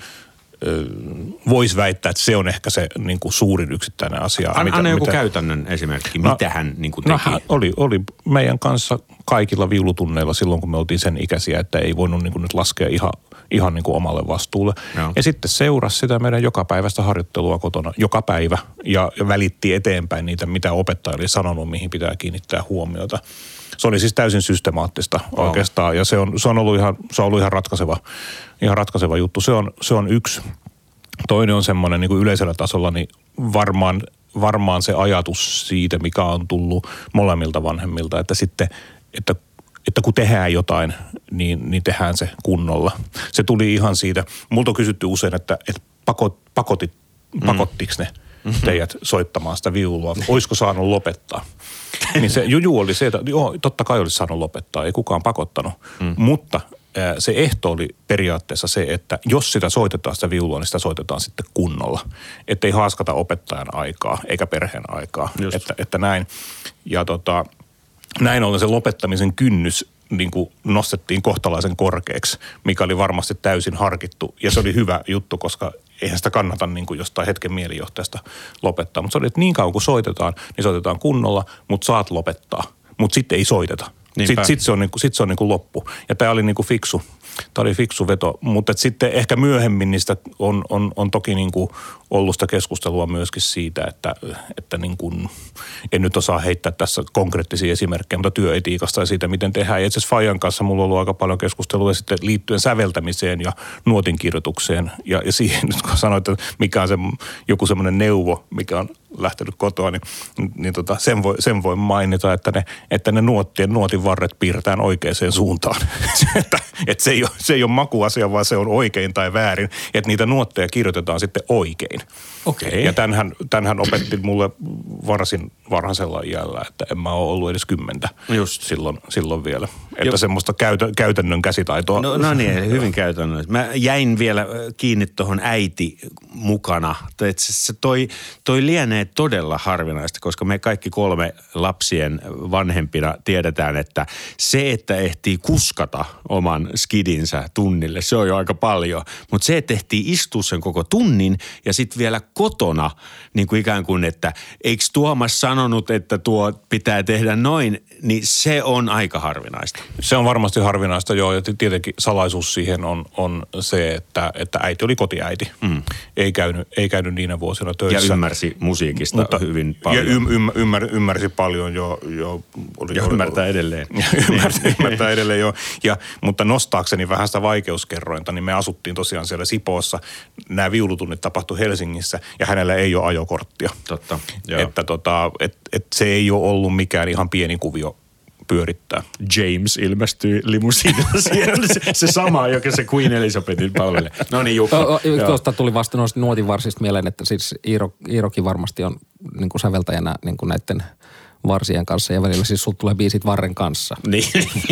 voisi väittää, että se on ehkä se niin kuin suurin yksittäinen asia. Anna, mitä, anna joku mitä, käytännön esimerkki, no, mitä hän niin kuin teki? No, hän oli, oli meidän kanssa kaikilla viulutunneilla silloin, kun me oltiin sen ikäisiä, että ei voinut niin kuin nyt laskea ihan, ihan niin kuin omalle vastuulle. No. Ja sitten seurasi sitä meidän jokapäiväistä harjoittelua kotona joka päivä ja, ja välitti eteenpäin niitä, mitä opettaja oli sanonut, mihin pitää kiinnittää huomiota. Se oli siis täysin systemaattista oh. oikeastaan ja se on, se on ollut ihan, se on ollut ihan ratkaiseva, ihan ratkaiseva juttu. Se on, se on yksi. Toinen on semmoinen niin kuin yleisellä tasolla, niin varmaan, varmaan se ajatus siitä, mikä on tullut molemmilta vanhemmilta, että sitten, että, että kun tehdään jotain, niin, niin tehdään se kunnolla. Se tuli ihan siitä. Multa on kysytty usein, että, että pakot, pakotit, pakottiko ne teidät soittamaan sitä viulua? Olisiko saanut lopettaa? Niin se juju oli se, että joo, totta kai olisi saanut lopettaa, ei kukaan pakottanut. Mm. Mutta ää, se ehto oli periaatteessa se, että jos sitä soitetaan sitä viulua, niin sitä soitetaan sitten kunnolla. Että ei haaskata opettajan aikaa eikä perheen aikaa, että, että näin. Ja tota, näin ollen se lopettamisen kynnys niin kuin nostettiin kohtalaisen korkeaksi, mikä oli varmasti täysin harkittu. Ja se oli hyvä juttu, koska eihän sitä kannata niin kuin jostain hetken mielijohteesta lopettaa. Mutta se oli, että niin kauan kun soitetaan, niin soitetaan kunnolla, mutta saat lopettaa. Mutta sitten ei soiteta. Sitten sit se on, niin kuin, sit se on niin kuin loppu. Ja tämä oli niin kuin fiksu. Tämä oli fiksu veto, mutta sitten ehkä myöhemmin niistä on, on, on toki niin kuin ollut sitä keskustelua myöskin siitä, että, että niin kuin, en nyt osaa heittää tässä konkreettisia esimerkkejä, mutta työetiikasta ja siitä, miten tehdään. Ja itse asiassa Fajan kanssa mulla on ollut aika paljon keskustelua sitten liittyen säveltämiseen ja nuotinkirjoitukseen. Ja, ja siihen, nyt kun sanoit, että mikä on se, joku semmoinen neuvo, mikä on lähtenyt kotoa, niin, niin tota, sen, voi, sen voi mainita, että ne, että ne nuottien, nuotin varret piirretään oikeaan suuntaan. että, että se, ei ole, se ei ole makuasia, vaan se on oikein tai väärin. Että niitä nuotteja kirjoitetaan sitten oikein. Okay. Ja tämänhän, tämänhän opetti mulle varsin varhaisella iällä, että en mä ole ollut edes kymmentä Just. Silloin, silloin vielä. Että jo. Semmoista käytä, käytännön käsitaitoa. No, no niin, hyvin käytännön. Mä jäin vielä kiinni tuohon äiti mukana. Että se toi, toi lienee todella harvinaista, koska me kaikki kolme lapsien vanhempina tiedetään, että se, että ehtii kuskata oman skidinsä tunnille, se on jo aika paljon. Mutta se, että ehtii istua sen koko tunnin ja sitten vielä kotona, niin kuin ikään kuin, että eikö Tuomas sanonut, että tuo pitää tehdä noin, niin se on aika harvinaista. Se on varmasti harvinaista, joo, ja tietenkin salaisuus siihen on, on se, että, että äiti oli kotiäiti. Mm. Ei käynyt, ei käynyt niinä vuosina töissä. Ja ymmärsi musiikista mutta, hyvin paljon. Ja ym, ym, ymmär, ymmärsi paljon jo. jo oli, ja ymmärtää edelleen. ymmärtää, ymmärtää edelleen jo. Ja, mutta nostaakseni vähän sitä vaikeuskerrointa, niin me asuttiin tosiaan siellä Sipoossa. Nämä viulutunnit tapahtui Helsingissä ja hänellä ei ole ajokorttia. Totta, joo. Että tota, et, et se ei ole ollut mikään ihan pieni kuvio pyörittää. James ilmestyi limusiinilla siellä. Se, se sama, joka se Queen Elizabethin palvelee. No niin, Jukka. Tuosta tuli vasta noista nuotinvarsista mieleen, että siis Iiro, Iirokin varmasti on niin kuin säveltäjänä niin kuin näiden varsien kanssa ja välillä siis sulta tulee biisit varren kanssa. Niin,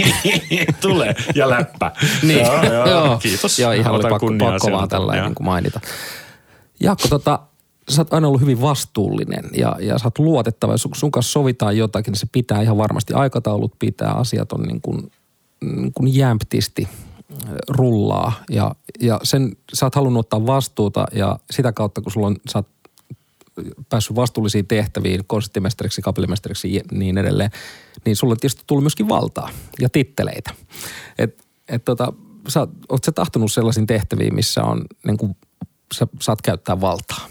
tulee. Ja läppä. Niin, joo, joo. joo. Kiitos. Joo, ihan oli pakko, pakko vaan tällainen niin kuin mainita. Jaakko, tota, sä oot aina ollut hyvin vastuullinen ja, ja sä oot luotettava. Jos sun kanssa sovitaan jotakin, niin se pitää ihan varmasti. Aikataulut pitää, asiat on niin kuin, niin kuin jämptisti rullaa. Ja, ja sen, sä oot halunnut ottaa vastuuta ja sitä kautta, kun sulla on, sä oot päässyt vastuullisiin tehtäviin, konserttimestariksi, kapellimestariksi ja niin edelleen, niin sulla on tietysti tullut myöskin valtaa ja titteleitä. Et, et tota, sä, oot sä tahtonut sellaisiin tehtäviin, missä on niin kuin sä saat käyttää valtaa?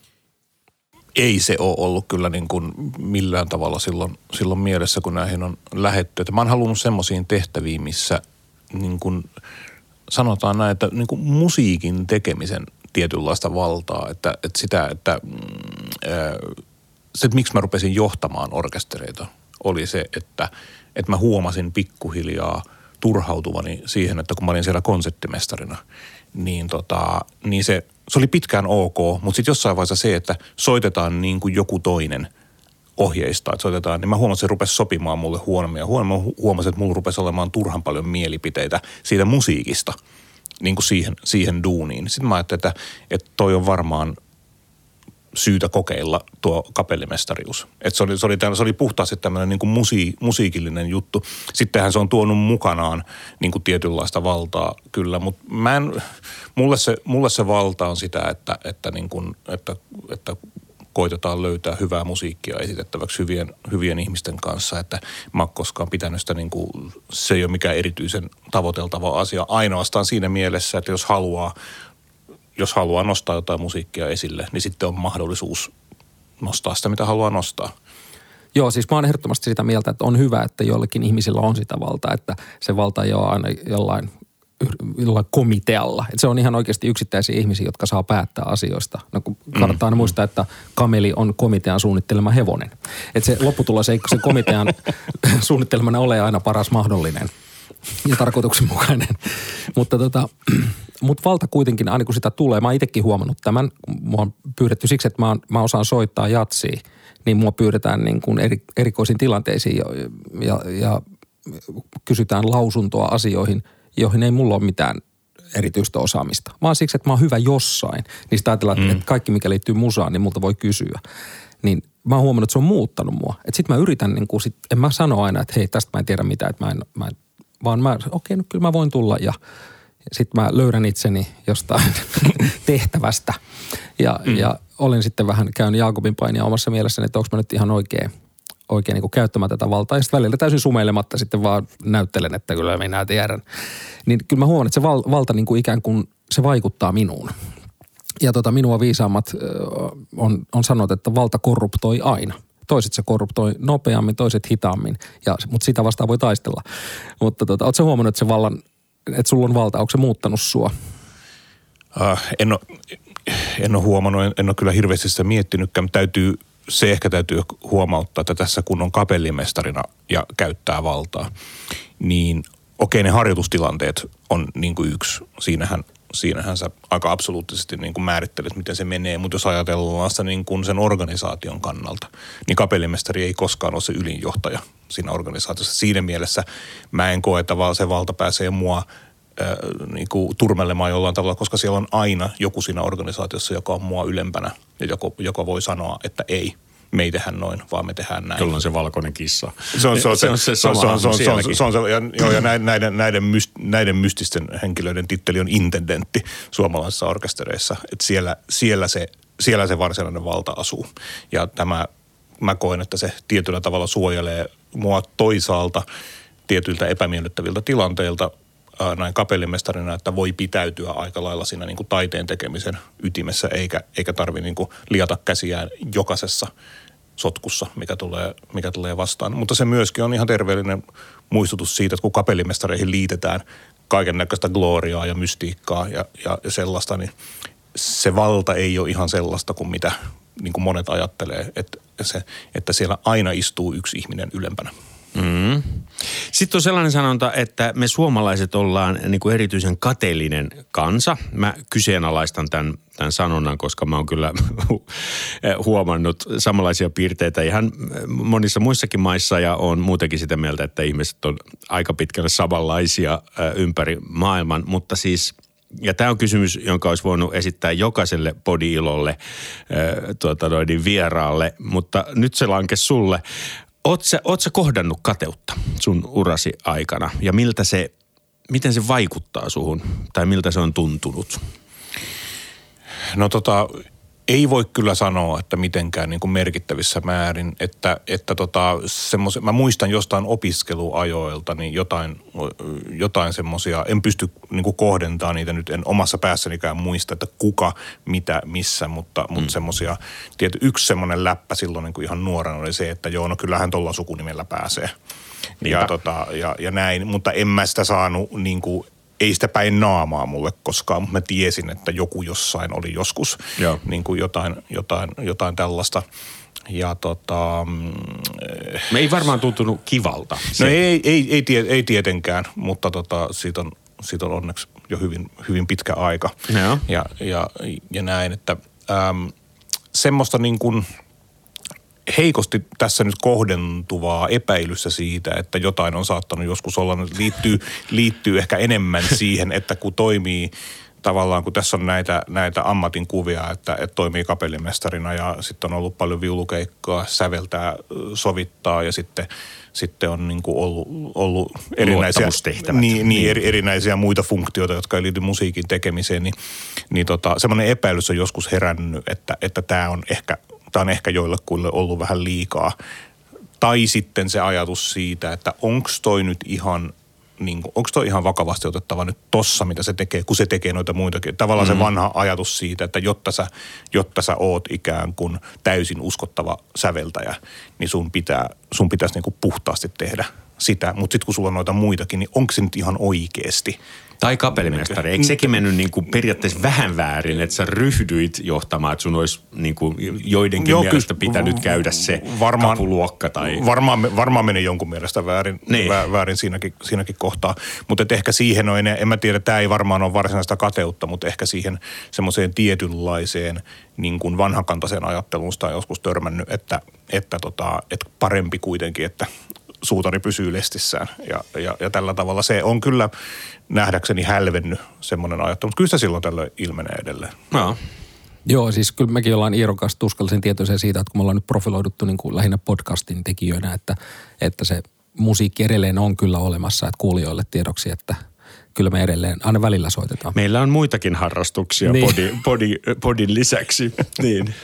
Ei se ole ollut kyllä niin kuin millään tavalla silloin, silloin mielessä, kun näihin on lähetty. Että mä oon halunnut semmoisiin tehtäviin, missä niin kuin sanotaan näin, että niin kuin musiikin tekemisen tietynlaista valtaa. Että, että sitä, että ää, se, että miksi mä rupesin johtamaan orkestereita, oli se, että, että mä huomasin pikkuhiljaa turhautuvani siihen, että kun mä olin siellä konserttimestarina, niin, tota, niin se, se oli pitkään ok, mutta sitten jossain vaiheessa se, että soitetaan niin kuin joku toinen ohjeistaa, että soitetaan, niin mä huomasin, että se rupesi sopimaan mulle huonommin. Ja huonommin huomasin, että mulla rupesi olemaan turhan paljon mielipiteitä siitä musiikista, niin kuin siihen, siihen duuniin. Sitten mä ajattelin, että, että toi on varmaan syytä kokeilla tuo kapellimestarius. Et se, oli, se, oli, se oli puhtaasti tämmöinen niin kuin musi, musiikillinen juttu. Sittenhän se on tuonut mukanaan niin kuin tietynlaista valtaa kyllä, mutta mä en, mulle, se, mulle se valta on sitä, että, että, niin kuin, että, että koitetaan löytää hyvää musiikkia esitettäväksi hyvien, hyvien ihmisten kanssa, että mä oon koskaan pitänyt sitä niin kuin, se ei ole mikään erityisen tavoiteltava asia ainoastaan siinä mielessä, että jos haluaa Jos haluaa nostaa jotain musiikkia esille, niin sitten on mahdollisuus nostaa sitä, mitä haluaa nostaa. Joo, siis mä oon ehdottomasti sitä mieltä, että on hyvä, että joillekin ihmisillä on sitä valtaa, että se valta ei ole aina jollain, jollain komitealla. Että se on ihan oikeasti yksittäisiä ihmisiä, jotka saa päättää asioista. No kun kannattaa aina muistaa, että kameli on komitean suunnittelema hevonen. Että se lopputulos ei se komitean suunnittelemana ole aina paras mahdollinen ja tarkoituksenmukainen. Mutta tota... Mutta valta kuitenkin, aina kun sitä tulee, mä oon itsekin huomannut tämän, mua on pyydetty siksi, että mä, on, mä osaan soittaa jatsia, niin mua pyydetään niin kuin eri, erikoisiin tilanteisiin ja, ja, ja kysytään lausuntoa asioihin, joihin ei mulla ole mitään erityistä osaamista. Vaan siksi, että mä oon hyvä jossain, niin sitä ajatellaan, mm. että kaikki mikä liittyy musaan, niin multa voi kysyä. Niin mä oon huomannut, että se on muuttanut mua. Että sit mä yritän, niin kuin, sit, en mä sano aina, että hei tästä mä en tiedä mitään, että mä en, mä en vaan mä, okei, okay, no kyllä mä voin tulla ja sitten mä löydän itseni jostain tehtävästä ja, mm. ja olen sitten vähän käynyt Jaakobin painia omassa mielessäni, että onko mä nyt ihan oikein, oikein niin kuin käyttämään tätä valtaa. Ja sitten välillä täysin sumeilematta sitten vaan näyttelen, että kyllä minä tiedän. Niin kyllä mä huomaan, että se val, valta niin kuin ikään kuin se vaikuttaa minuun. Ja tota, minua viisaammat on, on sanonut, että valta korruptoi aina. Toiset se korruptoi nopeammin, toiset hitaammin, ja, mutta sitä vastaan voi taistella. Mutta tota, ootko sä huomannut, että se vallan, että sulla on valta, onko se muuttanut sua? Uh, en, ole, en ole huomannut, en, en ole kyllä hirveästi sitä miettinytkään, mutta täytyy, se ehkä täytyy huomauttaa, että tässä kun on kapellimestarina ja käyttää valtaa, niin okei ne harjoitustilanteet on niin kuin yksi, siinähän Siinähän sä aika absoluuttisesti niin kuin määrittelet, miten se menee, mutta jos ajatellaan sitä niin kuin sen organisaation kannalta, niin kapellimestari ei koskaan ole se ylinjohtaja siinä organisaatiossa. Siinä mielessä mä en koe, että vaan se valta pääsee mua äh, niin kuin turmelemaan jollain tavalla, koska siellä on aina joku siinä organisaatiossa, joka on mua ylempänä ja joka, joka voi sanoa, että ei. Me ei tehdä noin, vaan me tehdään näin. Kyllä on se valkoinen kissa. Se on se, on se, se, on se sama se, on, se, on, se, on se, ja, joo, ja näiden, näiden, myst, näiden mystisten henkilöiden titteli on intendentti suomalaisissa orkestereissa. Että siellä, siellä, se, siellä se varsinainen valta asuu. Ja tämä, mä koen, että se tietyllä tavalla suojelee mua toisaalta tietyiltä epämiellyttäviltä tilanteilta ää, näin kapellimestarina, että voi pitäytyä aika lailla siinä niin kuin taiteen tekemisen ytimessä, eikä, eikä tarvitse niin kuin liata käsiään jokaisessa sotkussa, mikä tulee, mikä tulee vastaan. Mutta se myöskin on ihan terveellinen muistutus siitä, että kun kapellimestareihin liitetään kaiken näköistä gloriaa ja mystiikkaa ja, ja, ja sellaista, niin se valta ei ole ihan sellaista kuin mitä niin kuin monet ajattelee, että, se, että siellä aina istuu yksi ihminen ylempänä. Mm. Sitten on sellainen sanonta, että me suomalaiset ollaan niin kuin erityisen kateellinen kansa. Mä kyseenalaistan tämän, tämän sanonnan, koska mä oon kyllä huomannut samanlaisia piirteitä ihan monissa muissakin maissa ja on muutenkin sitä mieltä, että ihmiset on aika pitkälle samanlaisia ympäri maailman, mutta siis ja tämä on kysymys, jonka olisi voinut esittää jokaiselle podi-ilolle tuota noin vieraalle, mutta nyt se lankesi sulle. Oot sä, oot sä kohdannut kateutta sun urasi aikana ja miltä se, miten se vaikuttaa suhun tai miltä se on tuntunut? No tota, ei voi kyllä sanoa, että mitenkään niin kuin merkittävissä määrin, että, että tota, mä muistan jostain opiskeluajoilta niin jotain, jotain semmoisia, en pysty niin kuin kohdentamaan niitä nyt, en omassa päässänikään muista, että kuka, mitä, missä, mutta, mm. mutta semmoisia, tietysti yksi semmoinen läppä silloin niin kuin ihan nuorena oli se, että joo, no kyllähän tuolla sukunimellä pääsee. Ja, tota, ja, ja näin, mutta en mä sitä saanut niin kuin, ei sitä päin naamaa mulle koskaan, mutta mä tiesin, että joku jossain oli joskus niin kuin jotain, jotain, jotain tällaista. Ja tota... Me ei varmaan tuntunut kivalta. No ei, ei, ei, tie, ei tietenkään, mutta tota, siitä, on, siitä on onneksi jo hyvin, hyvin pitkä aika. No. Ja, ja, ja näin, että äm, semmoista niin kuin heikosti tässä nyt kohdentuvaa epäilyssä siitä, että jotain on saattanut joskus olla, liittyy, liittyy ehkä enemmän siihen, että kun toimii, tavallaan kun tässä on näitä, näitä ammatin kuvia, että, että toimii kapellimestarina ja sitten on ollut paljon viulukeikkaa, säveltää, sovittaa ja sitten, sitten on niin kuin ollut, ollut erinäisiä, niin, niin, eri, erinäisiä muita funktioita, jotka ei liity musiikin tekemiseen, niin, niin tota, semmoinen epäilys on joskus herännyt, että, että tämä on ehkä, tämä on ehkä joillekuille ollut vähän liikaa. Tai sitten se ajatus siitä, että onko toi nyt ihan, niin kuin, onko toi ihan vakavasti otettava nyt tossa, mitä se tekee, kun se tekee noita muitakin. Tavallaan mm-hmm. se vanha ajatus siitä, että jotta sä, jotta sä oot ikään kuin täysin uskottava säveltäjä, niin sun, pitää, sun pitäisi niin kuin puhtaasti tehdä sitä. Mutta sitten kun sulla on noita muitakin, niin onko se nyt ihan oikeasti? Tai kapellimestari. Eikö sekin mennyt niin kuin periaatteessa vähän väärin, että sä ryhdyit johtamaan, että sun olisi niin kuin joidenkin Joo, mielestä pitänyt käydä se varmaan, kapuluokka? Tai... Varmaan, varmaan meni jonkun mielestä väärin, niin. väärin siinäkin, siinäkin kohtaa. Mutta ehkä siihen on, en mä tiedä, tämä ei varmaan ole varsinaista kateutta, mutta ehkä siihen semmoiseen tietynlaiseen niin kuin vanhakantaiseen ajatteluun sitä on joskus törmännyt, että, että, tota, että parempi kuitenkin, että suutari pysyy lestissään ja, ja, ja tällä tavalla se on kyllä nähdäkseni hälvennyt semmoinen ajattelu, mutta kyllä se silloin tällöin ilmenee edelleen. No. Joo, siis kyllä mekin ollaan Iiron kanssa tuskallisen tietoisia siitä, että kun me ollaan nyt profiloiduttu niin kuin lähinnä podcastin tekijöinä, että, että se musiikki edelleen on kyllä olemassa, että kuulijoille tiedoksi, että kyllä me edelleen aina välillä soitetaan. Meillä on muitakin harrastuksia niin. podi, podi, podin lisäksi. niin.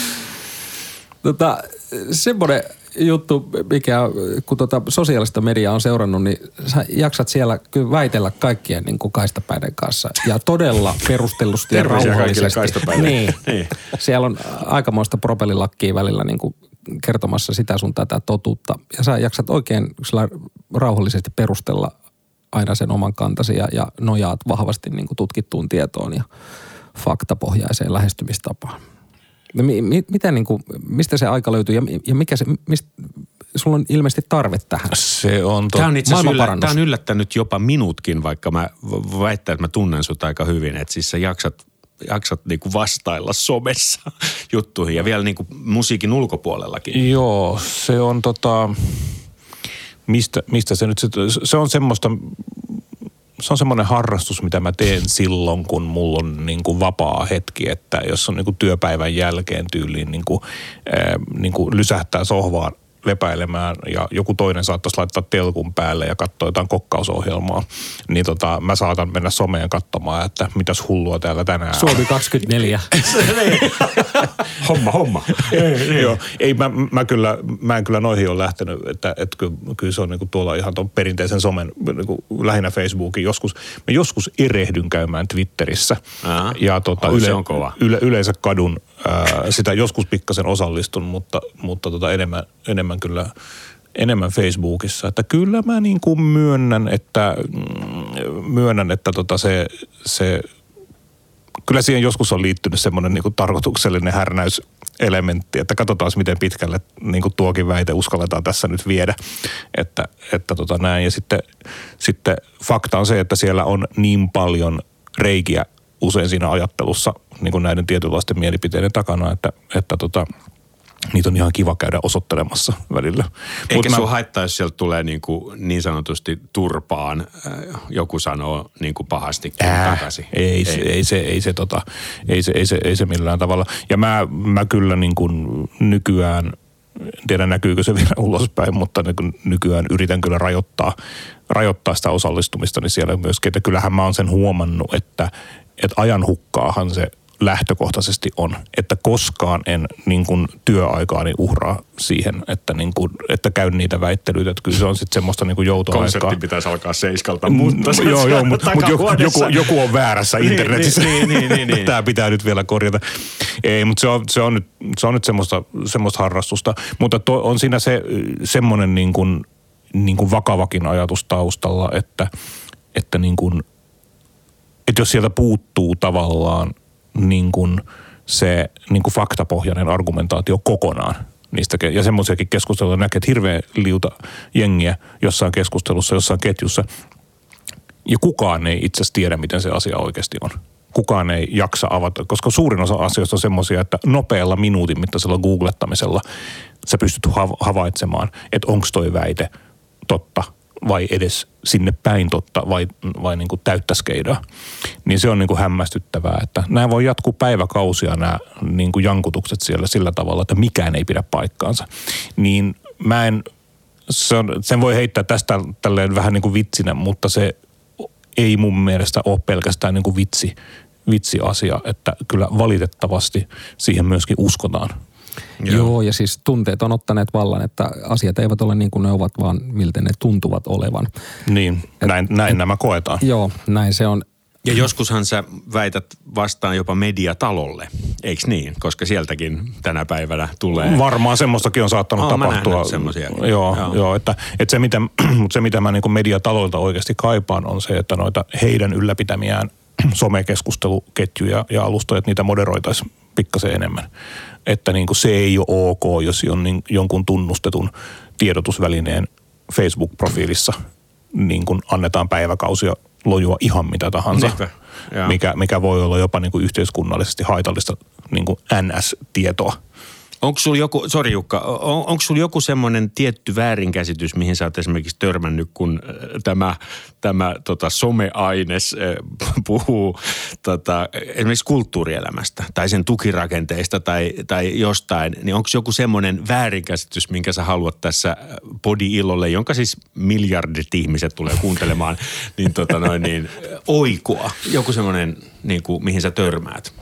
Tota, semmoinen juttu, mikä kun tota sosiaalista mediaa on seurannut, niin sä jaksat siellä kyllä väitellä kaikkien niin kuin kaistapäiden kanssa. Ja todella perustellusti ja rauhallisesti. Niin. niin. Siellä on aikamoista propellilakkia välillä niin kuin kertomassa sitä sun tätä totuutta. Ja sä jaksat oikein rauhallisesti perustella aina sen oman kantasi ja, ja nojaat vahvasti niin kuin tutkittuun tietoon ja faktapohjaiseen lähestymistapaan. No, mi, mi, mitä niin kuin, mistä se aika löytyy ja, ja mikä se, mistä, sulla on ilmeisesti tarve tähän? Se on to... Tämä on itse asiassa yllä, tämä on yllättänyt jopa minutkin, vaikka mä väittän, että mä tunnen sut aika hyvin. Että siis sä jaksat, jaksat niin kuin vastailla somessa juttuihin ja vielä niin kuin musiikin ulkopuolellakin. Joo, se on tota, mistä, mistä se nyt, se, se on semmoista... Se on semmoinen harrastus, mitä mä teen silloin, kun mulla on niin kuin vapaa hetki, että jos on niin kuin työpäivän jälkeen tyyliin niin kuin, äh, niin kuin lysähtää sohvaan lepäilemään ja joku toinen saattaisi laittaa telkun päälle ja katsoa jotain kokkausohjelmaa, niin tota, mä saatan mennä someen katsomaan, että mitäs hullua täällä tänään on. Suomi kaksikymmentäneljä. homma, homma. Joo, ei mä, mä, kyllä, mä en kyllä noihin ole lähtenyt, että, että kyllä, kyllä se on niinku tuolla ihan tuon perinteisen somen, niinku lähinnä Facebookin. Joskus, mä joskus erehdyn käymään Twitterissä. Aha. Ja tota, oh, yle, se on kova. Yle, yleensä kadun ää, sitä joskus pikkasen osallistun, mutta, mutta tota enemmän, enemmän kyllä enemmän Facebookissa, että kyllä mä niin kuin myönnän, että myönnän, että tota se, se kyllä siihen joskus on liittynyt semmoinen niin kuin tarkoituksellinen härnäyselementti, että katsotaan miten pitkälle niin kuin tuokin väite uskalletaan tässä nyt viedä, että, että tota näin. Ja sitten, sitten fakta on se, että siellä on niin paljon reikiä usein siinä ajattelussa niin kuin näiden tietynlaisten mielipiteiden takana, että, että tota, niitä on ihan kiva käydä osoittelemassa välillä. Eikä mä... sun haittaa, jos sieltä tulee niin, kuin niin sanotusti turpaan, joku sanoo niin kuin pahasti äh, takaisin. Ei, ei. Se, ei, se, ei, se, tota, ei, se, ei, se, ei se millään tavalla. Ja mä, mä kyllä niin kuin nykyään, en tiedä näkyykö se vielä ulospäin, mutta niin nykyään yritän kyllä rajoittaa, rajoittaa sitä osallistumista niin siellä myöskin. Että kyllähän mä oon sen huomannut, että, että ajanhukkaahan se lähtökohtaisesti on, että koskaan en niin kuin työaikaani uhraa siihen, että, niin kuin, että käyn niitä väittelyitä. Että kyllä se on sitten semmoista niin kuin joutoaikaa. Konsepti pitäisi alkaa seiskalta, mutta mm, joo, joo, mutta mut joku, joku, joku on väärässä internetissä. niin, niin, niin, niin. Tämä pitää nyt vielä korjata. Ei, mutta se on, se on nyt, se on nyt semmoista, semmoista harrastusta. Mutta to, on siinä se semmoinen niin kuin, niin kuin vakavakin ajatus taustalla, että, että, niin kuin, että jos sieltä puuttuu tavallaan niin kuin se niin kuin faktapohjainen argumentaatio kokonaan niistä. Ja semmoisiakin keskusteluja näkee, että hirveän liuta jengiä jossain keskustelussa, jossain ketjussa. Ja kukaan ei itse asiassa tiedä, miten se asia oikeasti on. Kukaan ei jaksa avata, koska suurin osa asioista on semmoisia, että nopealla minuutin mittaisella googlettamisella sä pystyt havaitsemaan, että onko toi väite totta vai edes sinne päin totta vai, vai niin kuin täyttä skeidaa. Niin se on niin kuin hämmästyttävää, että nämä voi jatkuu päiväkausia nämä niin kuin jankutukset siellä sillä tavalla, että mikään ei pidä paikkaansa. Niin mä en, se on, sen voi heittää tästä tälleen vähän niin kuin vitsinä, mutta se ei mun mielestä ole pelkästään niin kuin vitsi, vitsi-asia, että kyllä valitettavasti siihen myöskin uskotaan. Joo. Joo, ja siis tunteet on ottaneet vallan, että asiat eivät ole niin kuin ne ovat, vaan miltä ne tuntuvat olevan. Niin, et, näin, näin et, nämä koetaan. Joo, näin se on. Ja joskushan sä väität vastaan jopa mediatalolle, eikö niin? Koska sieltäkin tänä päivänä tulee. Varmaan semmoistakin on saattanut oh, tapahtua. Joo, joo. joo että, että se, mitä, se mitä mä niin kuin mediataloilta oikeasti kaipaan on se, että noita heidän ylläpitämiään somekeskusteluketjuja ja alustoja, että niitä moderoitaisiin pikkasen enemmän. Että niin kuin se ei ole ok, jos on niin jonkun tunnustetun tiedotusvälineen Facebook-profiilissa niin kuin annetaan päiväkausia lojua ihan mitä tahansa, Niinpä, mikä, mikä voi olla jopa niin kuin yhteiskunnallisesti haitallista niin kuin N S-tietoa. Onko sulla joku, sori Jukka, on, onko sulla joku semmoinen tietty väärinkäsitys, mihin sä oot esimerkiksi törmännyt, kun tämä, tämä tota, someaines puhuu tota, esimerkiksi kulttuurielämästä tai sen tukirakenteista tai, tai jostain, niin onko joku semmoinen väärinkäsitys, minkä sä haluat tässä Podi-illolle, jonka siis miljardit ihmiset tulee kuuntelemaan, niin, tota noin, niin oikua? Joku semmoinen, niin kuin, mihin sä törmäät?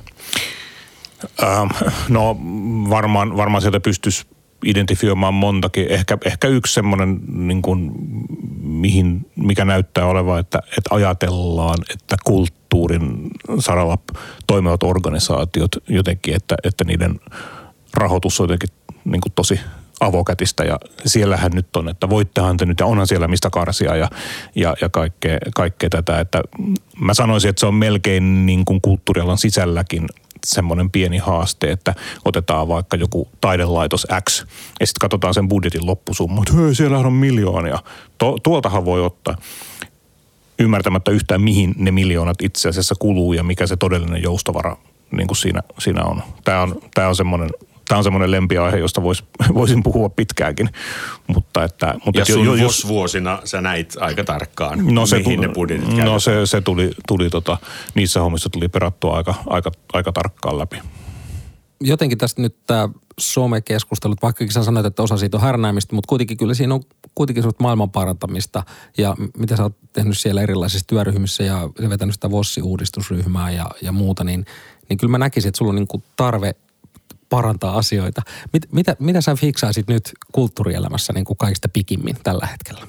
Ähm, no varmaan, varmaan sieltä pystyisi identifioimaan montakin. Ehkä, ehkä yksi semmoinen, niin kuin, mihin, mikä näyttää olevan, että, että ajatellaan, että kulttuurin saralla toimivat organisaatiot jotenkin, että, että niiden rahoitus on jotenkin niin kuin tosi avokätistä ja siellähän nyt on, että voittehan te nyt ja onhan siellä mistä karsia ja, ja, ja kaikkea, kaikkea tätä. Että mä sanoisin, että se on melkein niin kuin kulttuurialan sisälläkin semmoinen pieni haaste, että otetaan vaikka joku taidelaitos X ja sitten katsotaan sen budjetin loppusumma, että hei, siellähän on miljoonia. To, tuoltahan voi ottaa ymmärtämättä yhtään, mihin ne miljoonat itse asiassa kuluu ja mikä se todellinen joustovara niin kuin siinä, siinä on. Tämä on, tämä on semmoinen Tämä on semmoinen lempiaihe, josta vois, voisin puhua pitkäänkin. Mutta että, mutta ja sun jo, jos, vuosina sä näit aika tarkkaan, no se mihin tuli, ne budjetit käytetään. No se, se tuli, tuli tota, niissä hommissa tuli perattua aika, aika, aika tarkkaan läpi. Jotenkin tästä nyt tämä somekeskustelut, vaikkakin sä sanoit, että osa siitä on härnäämistä, mutta kuitenkin kyllä siinä on kuitenkin sellaista maailman parantamista. Ja mitä sä oot tehnyt siellä erilaisissa työryhmissä ja vetänyt sitä VOSsi-uudistusryhmää ja, ja muuta, niin, niin kyllä mä näkisin, että sulla on niin kuin tarve parantaa asioita. Mit, mitä, mitä sä fiksaisit nyt kulttuurielämässä niin kuin kaikista pikimmin tällä hetkellä?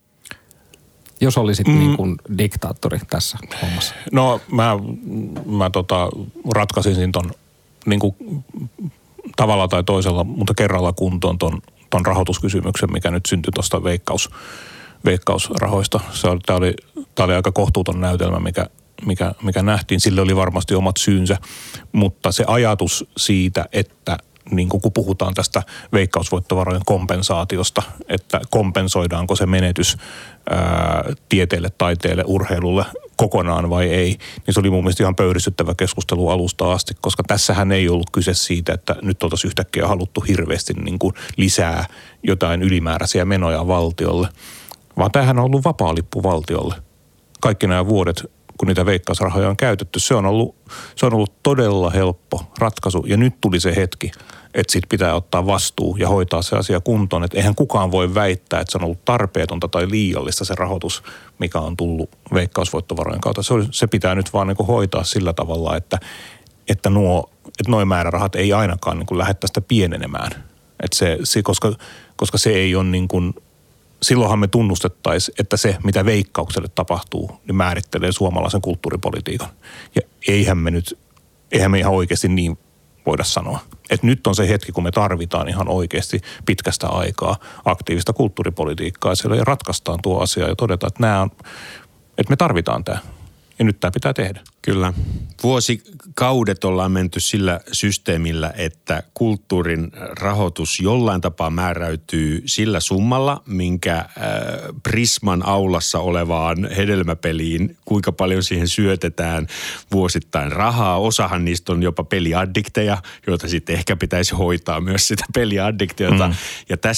Jos olisit mm. niin kuin diktaattori tässä hommassa. No mä, mä tota, ratkaisin ton niin kuin tavalla tai toisella, mutta kerralla kuntoon ton, ton rahoituskysymyksen, mikä nyt syntyi tuosta veikkaus, veikkausrahoista. Se oli, tää oli, tää oli aika kohtuuton näytelmä, mikä Mikä, mikä nähtiin, sille oli varmasti omat syynsä, mutta se ajatus siitä, että niin kun puhutaan tästä veikkausvoittovarojen kompensaatiosta, että kompensoidaanko se menetys ää, tieteelle, taiteelle, urheilulle kokonaan vai ei, niin se oli mun mielestä ihan pöyristyttävä keskustelu alusta asti, koska tässähän ei ollut kyse siitä, että nyt oltaisiin yhtäkkiä haluttu hirveästi niin kuin lisää jotain ylimääräisiä menoja valtiolle, vaan tämähän on ollut vapaa lippu valtiolle. Kaikki nämä vuodet, kun niitä veikkausrahoja on käytetty, se on ollut, se on ollut todella helppo ratkaisu. Ja nyt tuli se hetki, että sit pitää ottaa vastuu ja hoitaa se asia kuntoon. Että eihän kukaan voi väittää, että se on ollut tarpeetonta tai liiallista se rahoitus, mikä on tullut veikkausvoittovarojen kautta. Se, on, se pitää nyt vaan niin kuin hoitaa sillä tavalla, että, että nuo, että nuo määrärahat ei ainakaan niin kuin lähde tästä pienenemään. Että se, se, koska, koska se ei ole niin kuin, silloinhan me tunnustettaisiin, että se, mitä Veikkaukselle tapahtuu, niin määrittelee suomalaisen kulttuuripolitiikan. Ja eihän me nyt, eihän me ihan oikeasti niin voida sanoa. Että nyt on se hetki, kun me tarvitaan ihan oikeasti pitkästä aikaa aktiivista kulttuuripolitiikkaa. Ja siellä ratkaistaan tuo asia ja todetaan, että, nämä on, että me tarvitaan tämä. Ja nyt tämä pitää tehdä. Kyllä. Vuosikaudet ollaan menty sillä systeemillä, että kulttuurin rahoitus jollain tapaa määräytyy sillä summalla, minkä äh, Prisman aulassa olevaan hedelmäpeliin, kuinka paljon siihen syötetään vuosittain rahaa. Osahan niistä on jopa peliaddikteja, joita sitten ehkä pitäisi hoitaa myös sitä peliaddiktiota. Mm. Ja tästä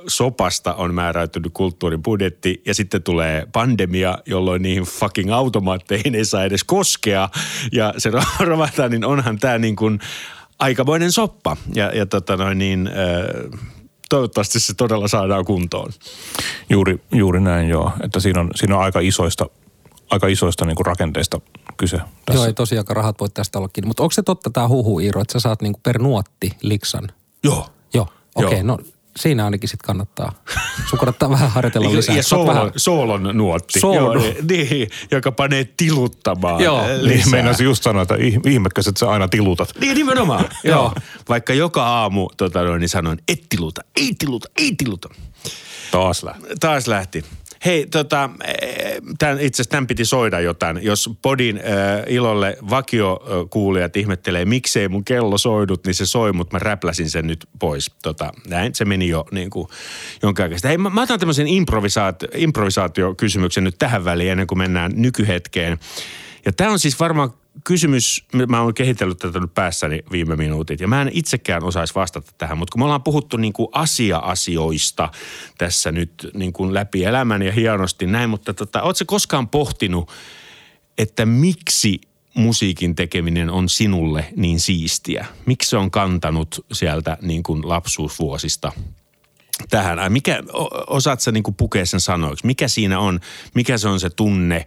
sopasta on määräytynyt kulttuurin budjetti ja sitten tulee pandemia, jolloin niihin fucking automaatteihin ei saa edes koskea ja se romahtaa, niin onhan tämä niin kuin aikamoinen soppa ja, ja tota noin niin, äh, toivottavasti se todella saadaan kuntoon. Juuri, juuri näin joo, että siinä on, siinä on aika isoista, aika isoista niin kuin rakenteista kyse tässä. Joo, ei tosiaankaan rahat voi tästä olla kiinni. Mutta onko se totta tämä huhu, Iiro, että sä saat niinku per nuotti liksan? Joo. Joo, okei, okay, no siinä ainakin sitten kannattaa. Sun kannattaa vähän harjoitella lisää. Ja soolon, vähän... soolon nuotti, soolon. Joo, niin, joka panee tiluttamaan. Joo, niin meinasin just sanoa, että ihmekäs, että sä aina tilutat. Niin nimenomaan, joo. Vaikka joka aamu tota noin, niin sanoin, et tiluta, ei tiluta, ei tiluta. Taas lähti. Taas lähti. Hei, tota, tämän, itse asiassa tämän piti soida jotain. Jos podin äh, ilolle vakiokuulijat ihmettelee, miksei mun kello soidut, niin se soi, mutta mä räpläsin sen nyt pois. Tota, näin, se meni jo niin kuin jonkin aikaa. Hei, mä, mä otan tämmöisen improvisaatio, improvisaatiokysymyksen nyt tähän väliin ennen kuin mennään nykyhetkeen. Ja tämä on siis varmaan kysymys, mä oon kehitellyt tätä nyt päässäni viime minuutit ja mä en itsekään osaisi vastata tähän, mutta kun me ollaan puhuttu niin kuin asia-asioista tässä nyt niin kuin läpi elämän ja hienosti näin, mutta tota, ootko sä koskaan pohtinut, että miksi musiikin tekeminen on sinulle niin siistiä? Miksi se on kantanut sieltä niin kuin lapsuusvuosista tähän? Ai mikä, osaat sä niin kuin pukea sen sanoiksi? Mikä siinä on, mikä se on se tunne?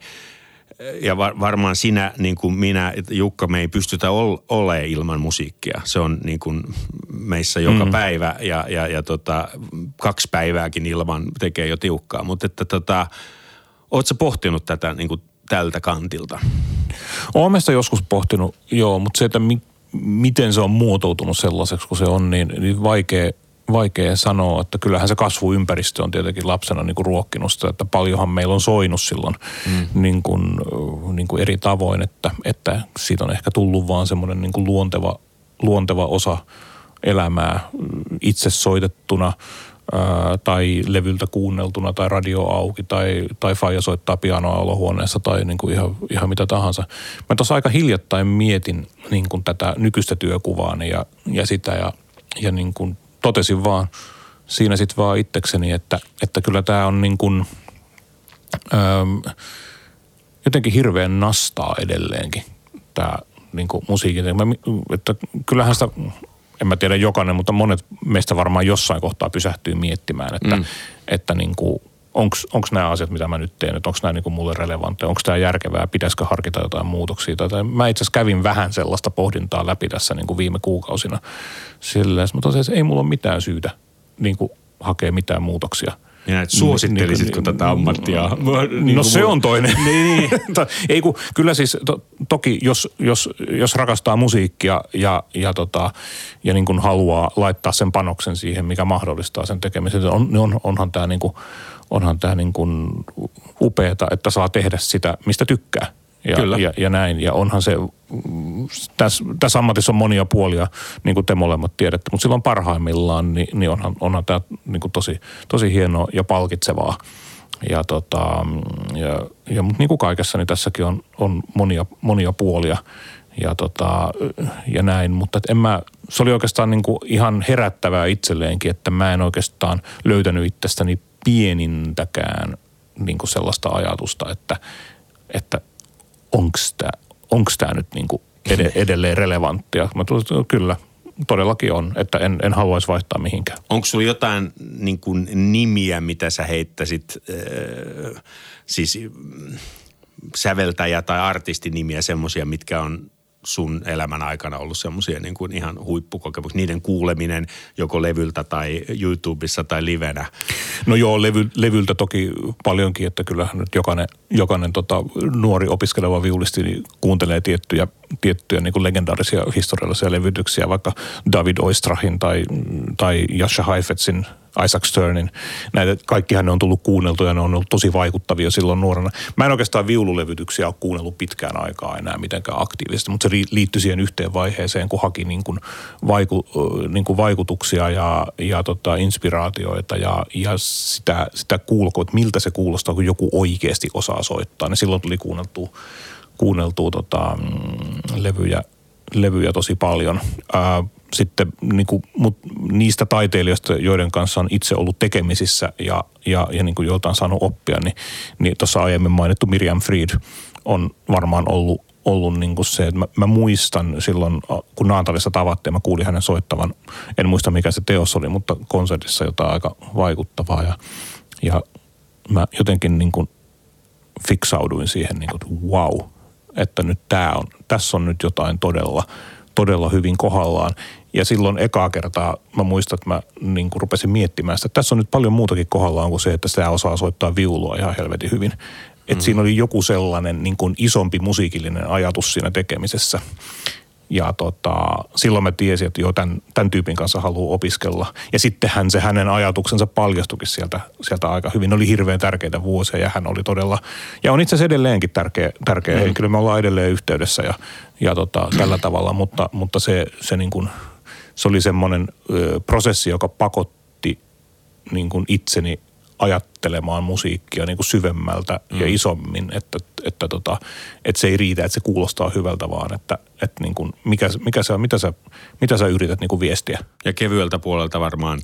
Ja varmaan sinä, niin kuin minä, Jukka, me ei pystytä olemaan ilman musiikkia. Se on niin kuin meissä joka mm. päivä ja, ja, ja tota, kaksi päivääkin ilman tekee jo tiukkaa. Mutta että tota, ootko sä pohtinut tätä niin kuin tältä kantilta? Olen mä sitä joskus pohtinut, joo, mutta se, että mi, miten se on muotoutunut sellaiseksi kuin se on, niin, niin vaikea, vaikea sanoa, että kyllähän se kasvuympäristö on tietenkin lapsena niin kuin ruokkinut sitä, että paljonhan meillä on soinut silloin mm. niin kuin, niin kuin eri tavoin, että, että siitä on ehkä tullut vaan semmoinen niin kuin luonteva, luonteva osa elämää itse soitettuna ää, tai levyltä kuunneltuna tai radio auki tai, tai faija soittaa pianoa olohuoneessa tai niin kuin ihan, ihan mitä tahansa. Mä tuossa aika hiljattain mietin niin kuin tätä nykyistä työkuvaani ja, ja sitä ja, ja niin kuin totesin vaan siinä sitten vaan itsekseni, että, että kyllä tämä on niin kuin äm, jotenkin hirveän nastaa edelleenkin tämä niin kuin musiikin. Että kyllähän sitä, en mä tiedä jokainen, mutta monet meistä varmaan jossain kohtaa pysähtyy miettimään, että, mm. että niin kuin onko nämä asiat, mitä mä nyt teen, että onko nämä niin kuin mulle relevantteja, onko tämä järkevää, pitäisikö harkita jotain muutoksia. Tai mä itse asiassa kävin vähän sellaista pohdintaa läpi tässä niin kuin viime kuukausina. Silleen, mutta tosiaan ei mulla ole mitään syytä niin kuin hakea mitään muutoksia. Ja et suosittelisitko niin, tätä ammattia? Niin, no se on toinen. Niin. Ei kun, kyllä siis to, toki, jos, jos, jos rakastaa musiikkia ja, ja, tota, ja niin kuin haluaa laittaa sen panoksen siihen, mikä mahdollistaa sen tekemisen, on, on, onhan tämä niin kuin, onhan tämä niin kuin upeata, että saa tehdä sitä, mistä tykkää. Ja, ja, ja näin. Ja onhan se, tässä, tässä ammatissa on monia puolia, niin kuin te molemmat tiedätte, mutta silloin parhaimmillaan, niin, niin onhan, onhan tämä niin kuin tosi, tosi hienoa ja palkitsevaa. Ja tota, ja, ja mutta niin kuin kaikessa, niin tässäkin on, on monia, monia puolia ja tota, ja näin. Mutta en mä, se oli oikeastaan niin kuin ihan herättävää itselleenkin, että mä en oikeastaan löytänyt itsestäni pienintäkään niin kuin sellaista ajatusta, että, että onko tämä onks tää nyt niinku ed- edelleen relevanttia? Mä tulin, kyllä, todellakin on, että en, en haluaisi vaihtaa mihinkään. Onko sulla jotain niin kuin nimiä, mitä sä heittäisit, äh, siis säveltäjä- tai artistinimiä, semmoisia, mitkä on sun elämän aikana ollut semmoisia niin kuin ihan huippukokemuksia, niiden kuuleminen joko levyltä tai YouTubessa tai livenä? No joo, levy, levyltä toki paljonkin, että kyllähän nyt jokainen, jokainen tota, nuori opiskeleva viulisti niin kuuntelee tiettyjä, tiettyjä niin kuin legendaarisia historiallisia levytyksiä, vaikka David Oistrahin tai, tai Jascha Heifetzin, Isaac Sternin. Näitä kaikkihan ne on tullut kuunneltua ja ne on ollut tosi vaikuttavia silloin nuorena. Mä en oikeastaan viululevytyksiä ole kuunnellut pitkään aikaa enää mitenkään aktiivisesti, mutta se liittyi siihen yhteen vaiheeseen, kun haki niin kuin vaiku, niin kuin vaikutuksia ja, ja tota inspiraatioita ja, ja sitä, sitä kuulkoa, että miltä se kuulostaa, kun joku oikeasti osaa soittaa. Niin silloin tuli kuunneltua, kuunneltua tota, levyjä, levyjä tosi paljon. Ää, Sitten, niin kuin, mut niistä taiteilijoista, joiden kanssa on itse ollut tekemisissä ja, ja, ja niin kuin joilta on saanut oppia, niin, niin tuossa aiemmin mainittu Miriam Fried on varmaan ollut, ollut niin kuin se, että mä, mä muistan silloin, kun Naantalissa tavattiin, mä kuulin hänen soittavan, en muista mikä se teos oli, mutta konsertissa jotain aika vaikuttavaa ja, ja mä jotenkin niin kuin fiksauduin siihen, niin kuin, että wow, että nyt tää on, tässä on nyt jotain todella, todella hyvin kohdallaan. Ja silloin ekaa kertaa mä muistan, että mä niin kuin rupesin miettimään sitä, että tässä on nyt paljon muutakin kohdallaan kuin se, että sitä osaa soittaa viulua ihan helvetin hyvin. Että mm. siinä oli joku sellainen niin kuin isompi musiikillinen ajatus siinä tekemisessä. Ja tota, silloin mä tiesin, että joo, tämän, tämän tyypin kanssa haluaa opiskella. Ja sittenhän se hänen ajatuksensa paljastukin sieltä, sieltä aika hyvin. Ne oli hirveän tärkeitä vuosia ja hän oli todella, ja on itse asiassa edelleenkin tärkeä, tärkeä mm. henkilö. Me ollaan edelleen yhteydessä ja, ja tota, tällä tavalla, mutta, mutta se, se, niin kuin, se oli semmoinen ö, prosessi, joka pakotti niin kuin itseni ajattelemaan musiikkia niin kuin syvemmältä mm. ja isommin, että, että, tota, että se ei riitä, että se kuulostaa hyvältä, vaan että, että niin kuin mikä, mikä se on, mitä sä, mitä sä yrität niin kuin viestiä. Ja kevyeltä puolelta varmaan.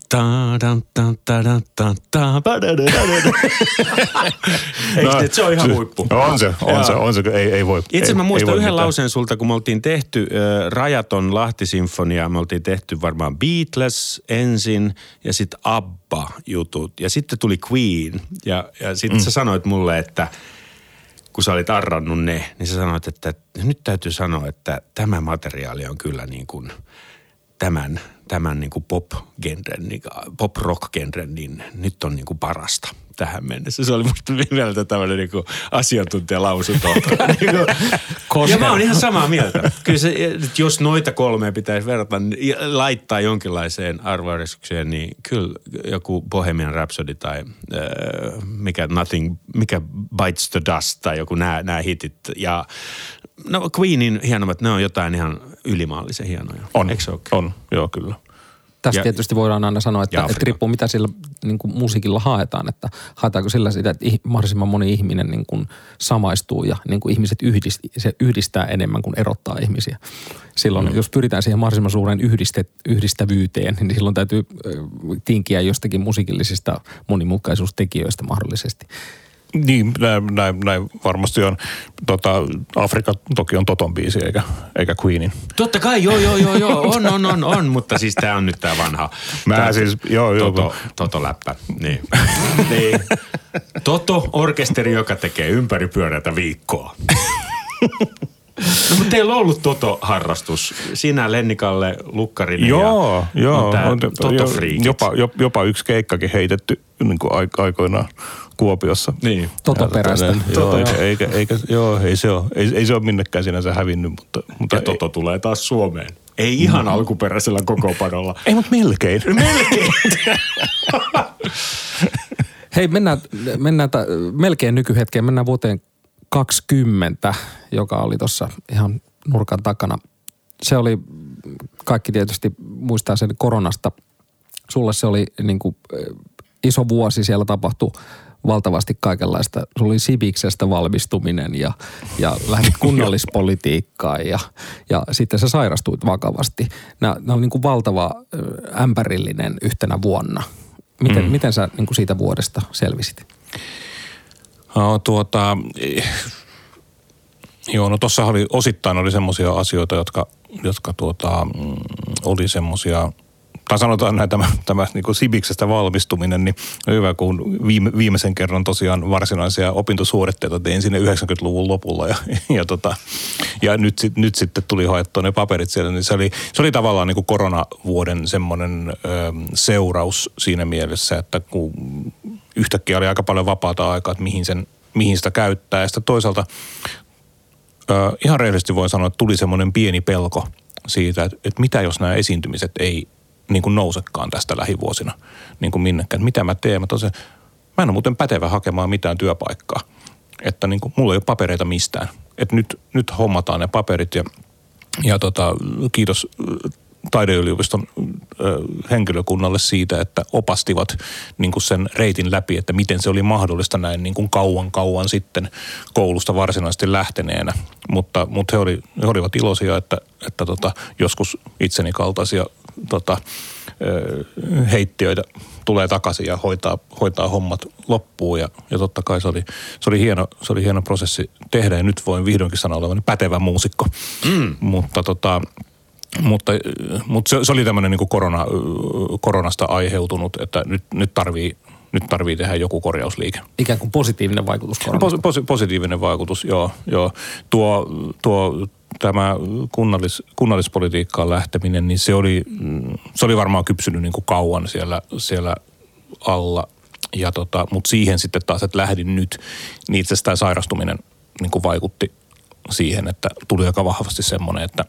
Eikö se on ihan huippu? On se, on se, on se, ei, ei voi. Itse ei, mä muistan yhden mitään. lauseen sulta, kun me oltiin tehty äh, Rajaton Lahti-sinfonia, me oltiin tehty varmaan Beatles ensin ja sitten ABBA-jutut ja sitten tuli Queen ja, ja sitten mm. sä sanoit mulle, että kun sä olit arrannut ne, niin sä sanoit, että nyt täytyy sanoa, että tämä materiaali on kyllä niin kuin tämän, tämän niin kuin pop-genren, niin pop-rock-genren, niin nyt on niin kuin parasta tähän mennessä. Se oli musta vielä tämmöinen niin kuin asiantuntijalausunto. Ja mä oon ihan samaa mieltä. Kyllä se, jos noita kolmea pitäisi verrata, niin laittaa jonkinlaiseen arvoarvostukseen, niin kyllä joku Bohemian Rhapsody tai äh, mikä Nothing, mikä Bites the Dust tai joku nämä, nämä hitit. Ja no Queenin hienommat, ne on jotain ihan ylimaallisen hienoja. On, eikö se ole? on, joo kyllä. Tästä Ja- tietysti voidaan aina sanoa, että, että riippuu mitä sillä niin kuin musiikilla haetaan. Että haetaanko sillä sitä, että ih- mahdollisimman moni ihminen niin kuin samaistuu ja niin kuin ihmiset yhdist, se yhdistää enemmän kuin erottaa ihmisiä. Silloin, mm. jos pyritään siihen mahdollisimman suureen yhdiste, yhdistävyyteen, niin silloin täytyy ö, tinkiä jostakin musiikillisista monimutkaisuustekijöistä mahdollisesti. Niin, näin, näin, näin varmasti on. Tota, Afrika toki on Toton biisi eikä, eikä Queenin. Totta kai, joo, joo, joo, joo, on, on, on, on, mutta siis tää on nyt tää vanha. Mä tää, siis, joo, joo. Toto, Toto-läppä, niin. niin. Toto-orkesteri, joka tekee ympäripyöreätä viikkoa. No, mutta teillä on ollut Toto-harrastus. Sinä, Lennikalle, Lukkarinen Joo, ja joo. on tää on- Toto-friikit. Jopa, jopa yksi keikkakin heitetty niin kuin aikoinaan Kuopiossa. Niin. Totoperäisten. Ja, joo, eikä, eikä, eikä, joo, ei se ole, ei, ei se ole minnekään sinänsä hävinnyt, mutta... mutta Ja Toto tulee taas Suomeen. Ei ihan alkuperäisellä kokoopanolla. Ei, mutta melkein. Melkein. Hei, mennään, mennään ta, melkein nykyhetkeen, mennään vuoteen kaksikymmentä, joka oli tuossa ihan nurkan takana. Se oli, kaikki tietysti muistaa sen koronasta. Sulle se oli niin kuin iso vuosi, siellä tapahtui valtavasti kaikenlaista. Sulla oli Sibiksestä valmistuminen ja, ja lähdit kunnallispolitiikkaan ja, ja sitten sä sairastuit vakavasti. Nämä, nämä oli niin kuin valtava ö, ämpärillinen yhtenä vuonna. Miten, mm. miten sä niin kuin siitä vuodesta selvisit? No, tuota, eh, joo, no tuossa oli osittain oli semmoisia asioita, jotka, jotka tuota, mm, oli semmoisia, tai sanotaan näin, tämä, tämä niin kuin Sibiksestä valmistuminen, niin hyvä, kun viime, viimeisen kerran tosiaan varsinaisia opintosuoritteita tein sinne yhdeksänkymmentäluvun lopulla ja, ja, tota, ja nyt, sit, nyt sitten tuli haettua ne paperit siellä, niin se oli, se oli tavallaan niin kuin koronavuoden semmoinen ö, seuraus siinä mielessä, että kun yhtäkkiä oli aika paljon vapaata aikaa, että mihin, sen, mihin sitä käyttää. Ja sitten toisaalta ö, ihan rehellisesti voin sanoa, että tuli semmoinen pieni pelko siitä, että, että mitä jos nämä esiintymiset ei niin kuin nousekaan tästä lähivuosina niin kuin minnekään. Mitä mä teen? Mä, tosiaan, mä en ole muuten pätevä hakemaan mitään työpaikkaa. Että niin kuin, mulla ei ole papereita mistään. Että nyt, nyt hommataan ne paperit ja, ja tota, kiitos taideyliopiston ö, henkilökunnalle siitä, että opastivat niin kuin sen reitin läpi, että miten se oli mahdollista näin niin kuin kauan kauan sitten koulusta varsinaisesti lähteneenä. Mutta, mutta he, oli, he olivat iloisia, että, että tota, joskus itseni kaltaisia tota, heittiöitä tulee takaisin ja hoitaa, hoitaa hommat loppuun. Ja, ja totta kai se oli, se, oli hieno, se oli hieno prosessi tehdä ja nyt voin vihdoinkin sanoa olevani pätevä muusikko. Mm. Mutta tota... Mutta, mutta se, se oli tämmöinen niin kuin korona, koronasta aiheutunut, että nyt, nyt, tarvii, nyt tarvii tehdä joku korjausliike. Ikään kuin positiivinen vaikutus koronasta. Pos, pos, positiivinen vaikutus, joo. joo. Tuo, tuo, tämä kunnallis, kunnallispolitiikkaan lähteminen, niin se oli, se oli varmaan kypsynyt niin kuin kauan siellä, siellä alla. Ja tota, mutta siihen sitten taas, että lähdin nyt, niin itse asiassa tämä sairastuminen niin kuin vaikutti siihen, että tuli aika vahvasti semmoinen, että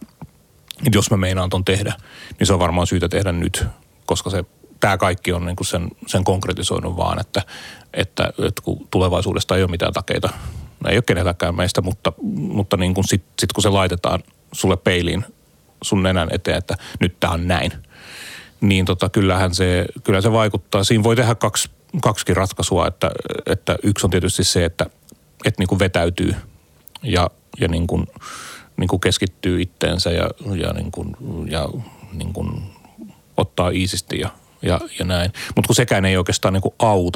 jos mä meinaan ton tehdä, niin se on varmaan syytä tehdä nyt, koska se, tää kaikki on niinku sen, sen konkretisoinut vaan, että, että, että kun tulevaisuudesta ei ole mitään takeita, ei ole kenelläkään meistä, mutta, mutta niin kun sit, sit kun se laitetaan sulle peiliin sun nenän eteen, että nyt tää on näin, niin tota, kyllähän se, kyllä se vaikuttaa. Siinä voi tehdä kaksi, kaksikin ratkaisua, että, että yksi on tietysti se, että, että niin kuin vetäytyy ja, ja niin kuin niin kuin keskittyy itteensä ja, ja, niin kuin, ja niin kuin ottaa iisisti ja, ja, ja näin. Mutta kun sekään ei oikeastaan niin kuin auta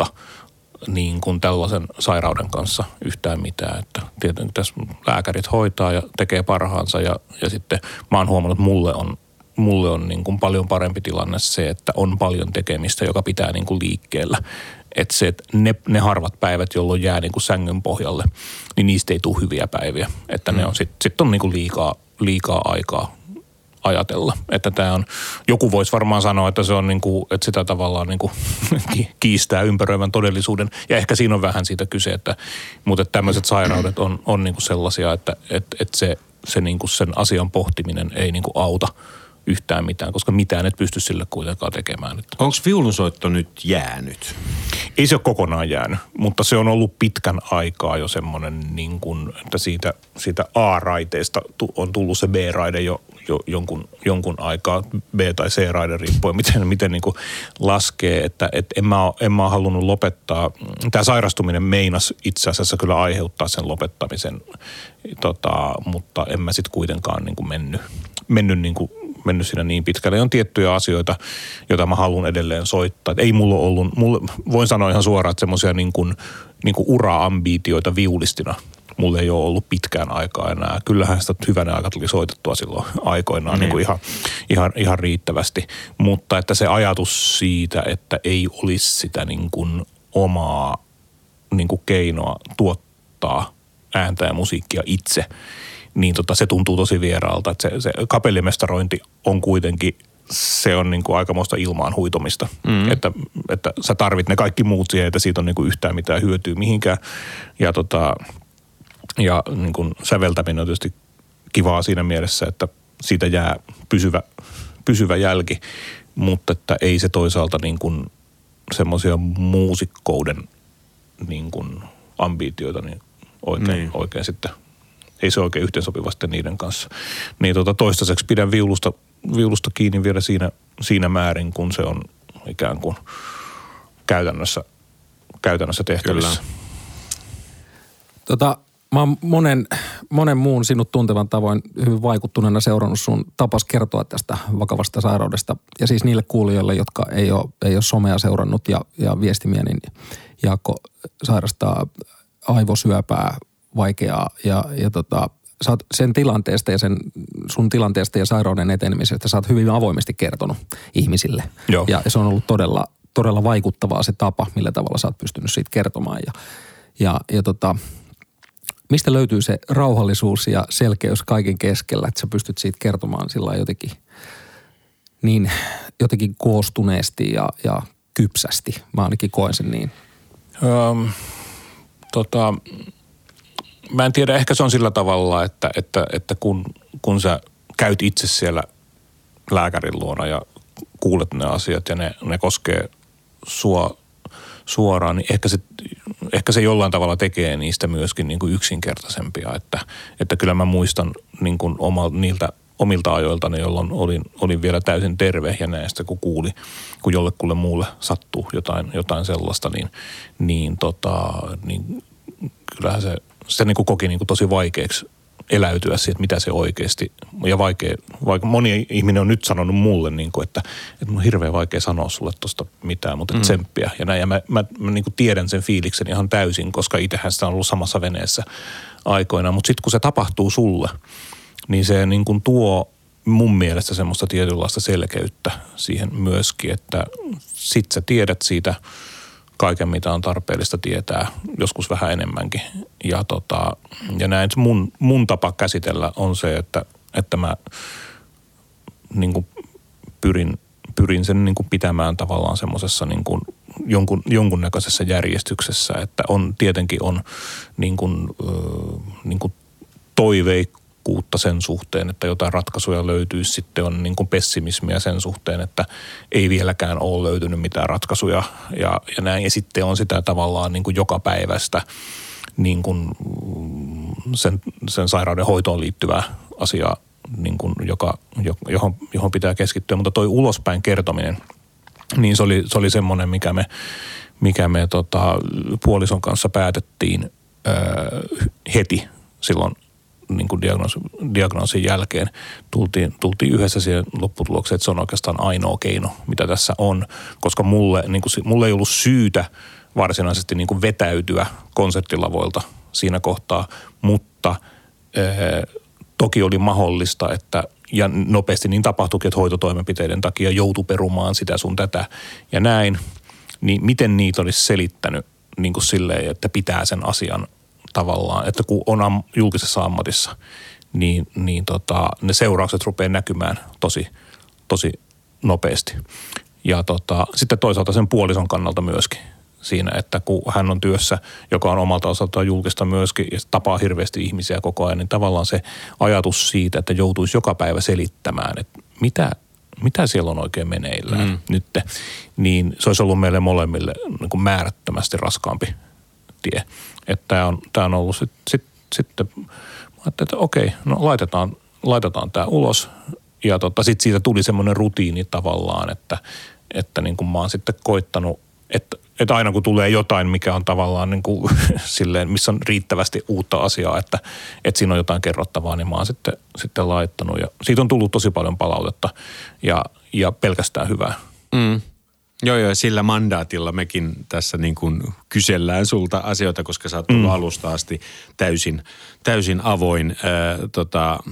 niin kuin tällaisen sairauden kanssa yhtään mitään. Että tietenkin tässä lääkärit hoitaa ja tekee parhaansa ja, ja sitten mä oon huomannut, että mulle on, mulle on niin kuin paljon parempi tilanne se, että on paljon tekemistä, joka pitää niin kuin liikkeellä. Että se, että ne, ne harvat päivät, jolloin jää niin kuin sängyn pohjalle, niin niistä ei tule hyviä päiviä. Että mm. ne on sitten sit on niin kuin liikaa, liikaa aikaa ajatella. Että tämä on, joku voisi varmaan sanoa, että se on niin kuin, että sitä tavallaan niin kuin kiistää ympäröivän todellisuuden. Ja ehkä siinä on vähän siitä kyse, että, mutta että tämmöiset sairaudet on, on niin kuin sellaisia, että, että, että se, se niin kuin sen asian pohtiminen ei niin kuin auta yhtään mitään, koska mitään et pysty sille kuitenkaan tekemään. Onko viulunsoitto nyt jäänyt? Ei se ole kokonaan jäänyt, mutta se on ollut pitkän aikaa jo semmoinen, niin kuin, että siitä, siitä A-raiteesta on tullut se B-raide jo, jo jonkun, jonkun aikaa, B- tai C-raide riippuen, miten, miten niin kuin laskee, että et en, mä, en mä halunnut lopettaa. Tämä sairastuminen meinasi itse asiassa kyllä aiheuttaa sen lopettamisen, tota, mutta en mä sitten kuitenkaan niin kuin mennyt, mennyt niin kuin mennyt siinä niin pitkälle. On tiettyjä asioita, joita mä haluan edelleen soittaa. Et ei mulla ollut, mulla, voin sanoa ihan suoraan, että semmoisia niin kuin, niin kuin ura-ambitioita viulistina mulla ei ole ollut pitkään aikaa enää. Kyllähän sitä hyvänä aika tuli soitettua silloin aikoinaan mm. niin kuin ihan, ihan, ihan riittävästi. Mutta että se ajatus siitä, että ei olisi sitä niin kuin omaa niin kuin keinoa tuottaa ääntä ja musiikkia itse, niin tota, se tuntuu tosi vieraalta. Että se, se kapellimestarointi on kuitenkin, se on niin kuin aikamoista ilmaan huitomista. Mm. Että, että sä tarvit ne kaikki muut siihen, että siitä on niin kuin yhtään mitään hyötyä mihinkään. Ja, tota, ja niin kuin säveltäminen on tietysti kivaa siinä mielessä, että siitä jää pysyvä, pysyvä jälki. Mutta että ei se toisaalta niin kuin semmoisia muusikkouden niin kuin ambitioita niin oikein, niin. oikein sitten ei se oikein yhteensopiva sitten niiden kanssa. Niin tota, toistaiseksi pidän viulusta, viulusta kiinni vielä siinä, siinä määrin, kun se on ikään kuin käytännössä, käytännössä tehtävissä. Kyllä. Tota, mä oon monen, monen muun sinut tuntevan tavoin hyvin vaikuttuneena seurannut sun tapas kertoa tästä vakavasta sairaudesta. Ja siis niille kuulijoille, jotka ei ole, ei ole somea seurannut ja, ja viestimiä, niin Jaakko sairastaa aivosyöpää, vaikeaa ja, ja tota, sä oot sen tilanteesta ja sen sun tilanteesta ja sairauden etenemisestä sä oot hyvin avoimesti kertonut ihmisille. Joo. Ja se on ollut todella, todella vaikuttavaa se tapa, millä tavalla sä oot pystynyt siitä kertomaan. Ja, ja, ja tota, mistä löytyy se rauhallisuus ja selkeys kaiken keskellä, että sä pystyt siitä kertomaan sillä jotenkin niin jotenkin koostuneesti ja, ja kypsästi. Mä ainakin koen sen niin. Um, tota... Mä en tiedä, ehkä se on sillä tavalla, että, että, että kun, kun sä käyt itse siellä lääkärin luona ja kuulet ne asiat ja ne, ne koskee sua suoraan, niin ehkä se, ehkä se jollain tavalla tekee niistä myöskin niin kuin yksinkertaisempia. Että, että kyllä mä muistan niin kuin oma, niiltä omilta ajoiltani, jolloin olin, olin vielä täysin terve ja näistä kun kuuli, kun jollekulle muulle sattuu jotain, jotain sellaista, niin, niin, tota, niin kyllähän se, se niin kuin koki niin kuin tosi vaikeaksi eläytyä siihen, että mitä se oikeasti, ja vaikea, vaikka moni ihminen on nyt sanonut mulle, niin kuin, että, että mun on hirveän vaikea sanoa sulle tuosta mitään, mutta mm. tsemppiä ja näin. Ja mä, mä, mä niin kuin tiedän sen fiiliksen ihan täysin, koska itsehän sitä on ollut samassa veneessä aikoina. Mutta sitten kun se tapahtuu sulle, niin se niin kuin tuo mun mielestä semmoista tietynlaista selkeyttä siihen myöskin, että sit sä tiedät siitä kaiken, mitä on tarpeellista tietää, joskus vähän enemmänkin. Ja, tota, ja näin mun, mun tapa käsitellä on se, että, että mä niin kuin pyrin, pyrin sen niin kuin pitämään tavallaan semmoisessa niin kuin jonkun, jonkunnäköisessä järjestyksessä, että on tietenkin on niin kuin, äh, niin kuin toiveikkuutta sen suhteen, että jotain ratkaisuja löytyisi. Sitten on niin kuin pessimismiä sen suhteen, että ei vieläkään ole löytynyt mitään ratkaisuja ja, ja näin. Ja sitten on sitä tavallaan niin kuin jokapäiväistä niin kuin sen, sen sairauden hoitoon liittyvää asiaa, niin kuin joka, johon, johon pitää keskittyä. Mutta toi ulospäin kertominen, niin se oli, se oli semmoinen, mikä me, mikä me tota, puolison kanssa päätettiin öö, heti silloin niin kuin diagnoosi, diagnoosin jälkeen. Tultiin, tultiin yhdessä siihen lopputulokseen, että se on oikeastaan ainoa keino, mitä tässä on, koska mulle, niin kuin, mulle ei ollut syytä varsinaisesti niin kuin vetäytyä konserttilavoilta siinä kohtaa, mutta öö, toki oli mahdollista, että ja nopeasti niin tapahtuikin, että hoitotoimenpiteiden takia joutui perumaan sitä sun tätä ja näin, niin miten niitä olisi selittänyt niin kuin silleen, että pitää sen asian tavallaan, että kun on am, julkisessa ammatissa, niin, niin tota, ne seuraukset rupeaa näkymään tosi, tosi nopeasti. Ja tota, sitten toisaalta sen puolison kannalta myöskin siinä, että kun hän on työssä, joka on omalta osaltaan julkista myöskin ja tapaa hirveästi ihmisiä koko ajan, niin tavallaan se ajatus siitä, että joutuisi joka päivä selittämään, että mitä, mitä siellä on oikein meneillään mm. nyt, niin se olisi ollut meille molemmille niin kuin määrättömästi raskaampi tie. Että tämä on, tämä on ollut sitten, sit, sitten mä ajattelin, että okei, no laitetaan, laitetaan tämä ulos ja tota, sitten siitä tuli semmoinen rutiini tavallaan, että, että niin kuin mä oon sitten koittanut, että Että aina kun tulee jotain, mikä on tavallaan niin kuin silleen, missä on riittävästi uutta asiaa, että, että siinä on jotain kerrottavaa, niin mä oon sitten, sitten laittanut. Ja siitä on tullut tosi paljon palautetta ja, ja pelkästään hyvää. Mm. Joo, joo, sillä mandaatilla mekin tässä niin kuin kysellään sulta asioita, koska sä oot tullut mm. alusta asti täysin, täysin avoin, äh, tota, äh,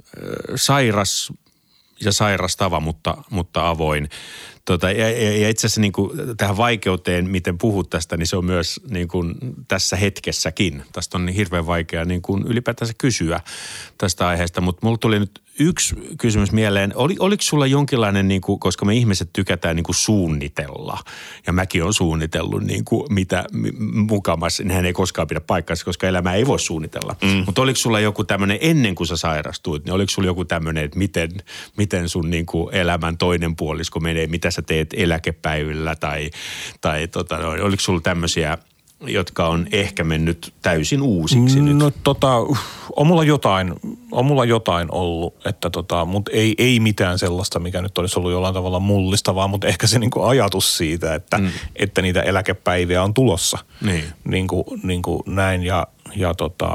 sairas ja sairastava, mutta, mutta avoin. Tota, ja, ja itse asiassa niin kuin tähän vaikeuteen, miten puhut tästä, niin se on myös niin kuin tässä hetkessäkin. Tästä on niin hirveän vaikea niin kuin ylipäätänsä kysyä tästä aiheesta, mutta mulla tuli nyt yksi kysymys mieleen. Oli, oliko sulla jonkinlainen, niin kuin, koska me ihmiset tykätään niin kuin suunnitella, ja mäkin olen suunnitellut niin kuin mitä mukamas, nehän ei koskaan pidä paikkaansa, koska elämää ei voi suunnitella. Mm. Mutta oliko sulla joku tämmöinen, ennen kuin sä sairastuit, niin oliko sulla joku tämmöinen, että miten, miten sun niin kuin elämän toinen puolisko menee, mitä sä teet eläkepäivillä tai, tai tota, oliko sulla tämmöisiä, jotka on ehkä mennyt täysin uusiksi nyt? No tota, on mulla jotain, on mulla jotain ollut, että tota, mutta ei, ei mitään sellaista, mikä nyt olisi ollut jollain tavalla mullistavaa, mutta ehkä se niinku ajatus siitä, että, mm. että niitä eläkepäiviä on tulossa. Niin. Niin kuin, niin kuin näin ja, ja tota,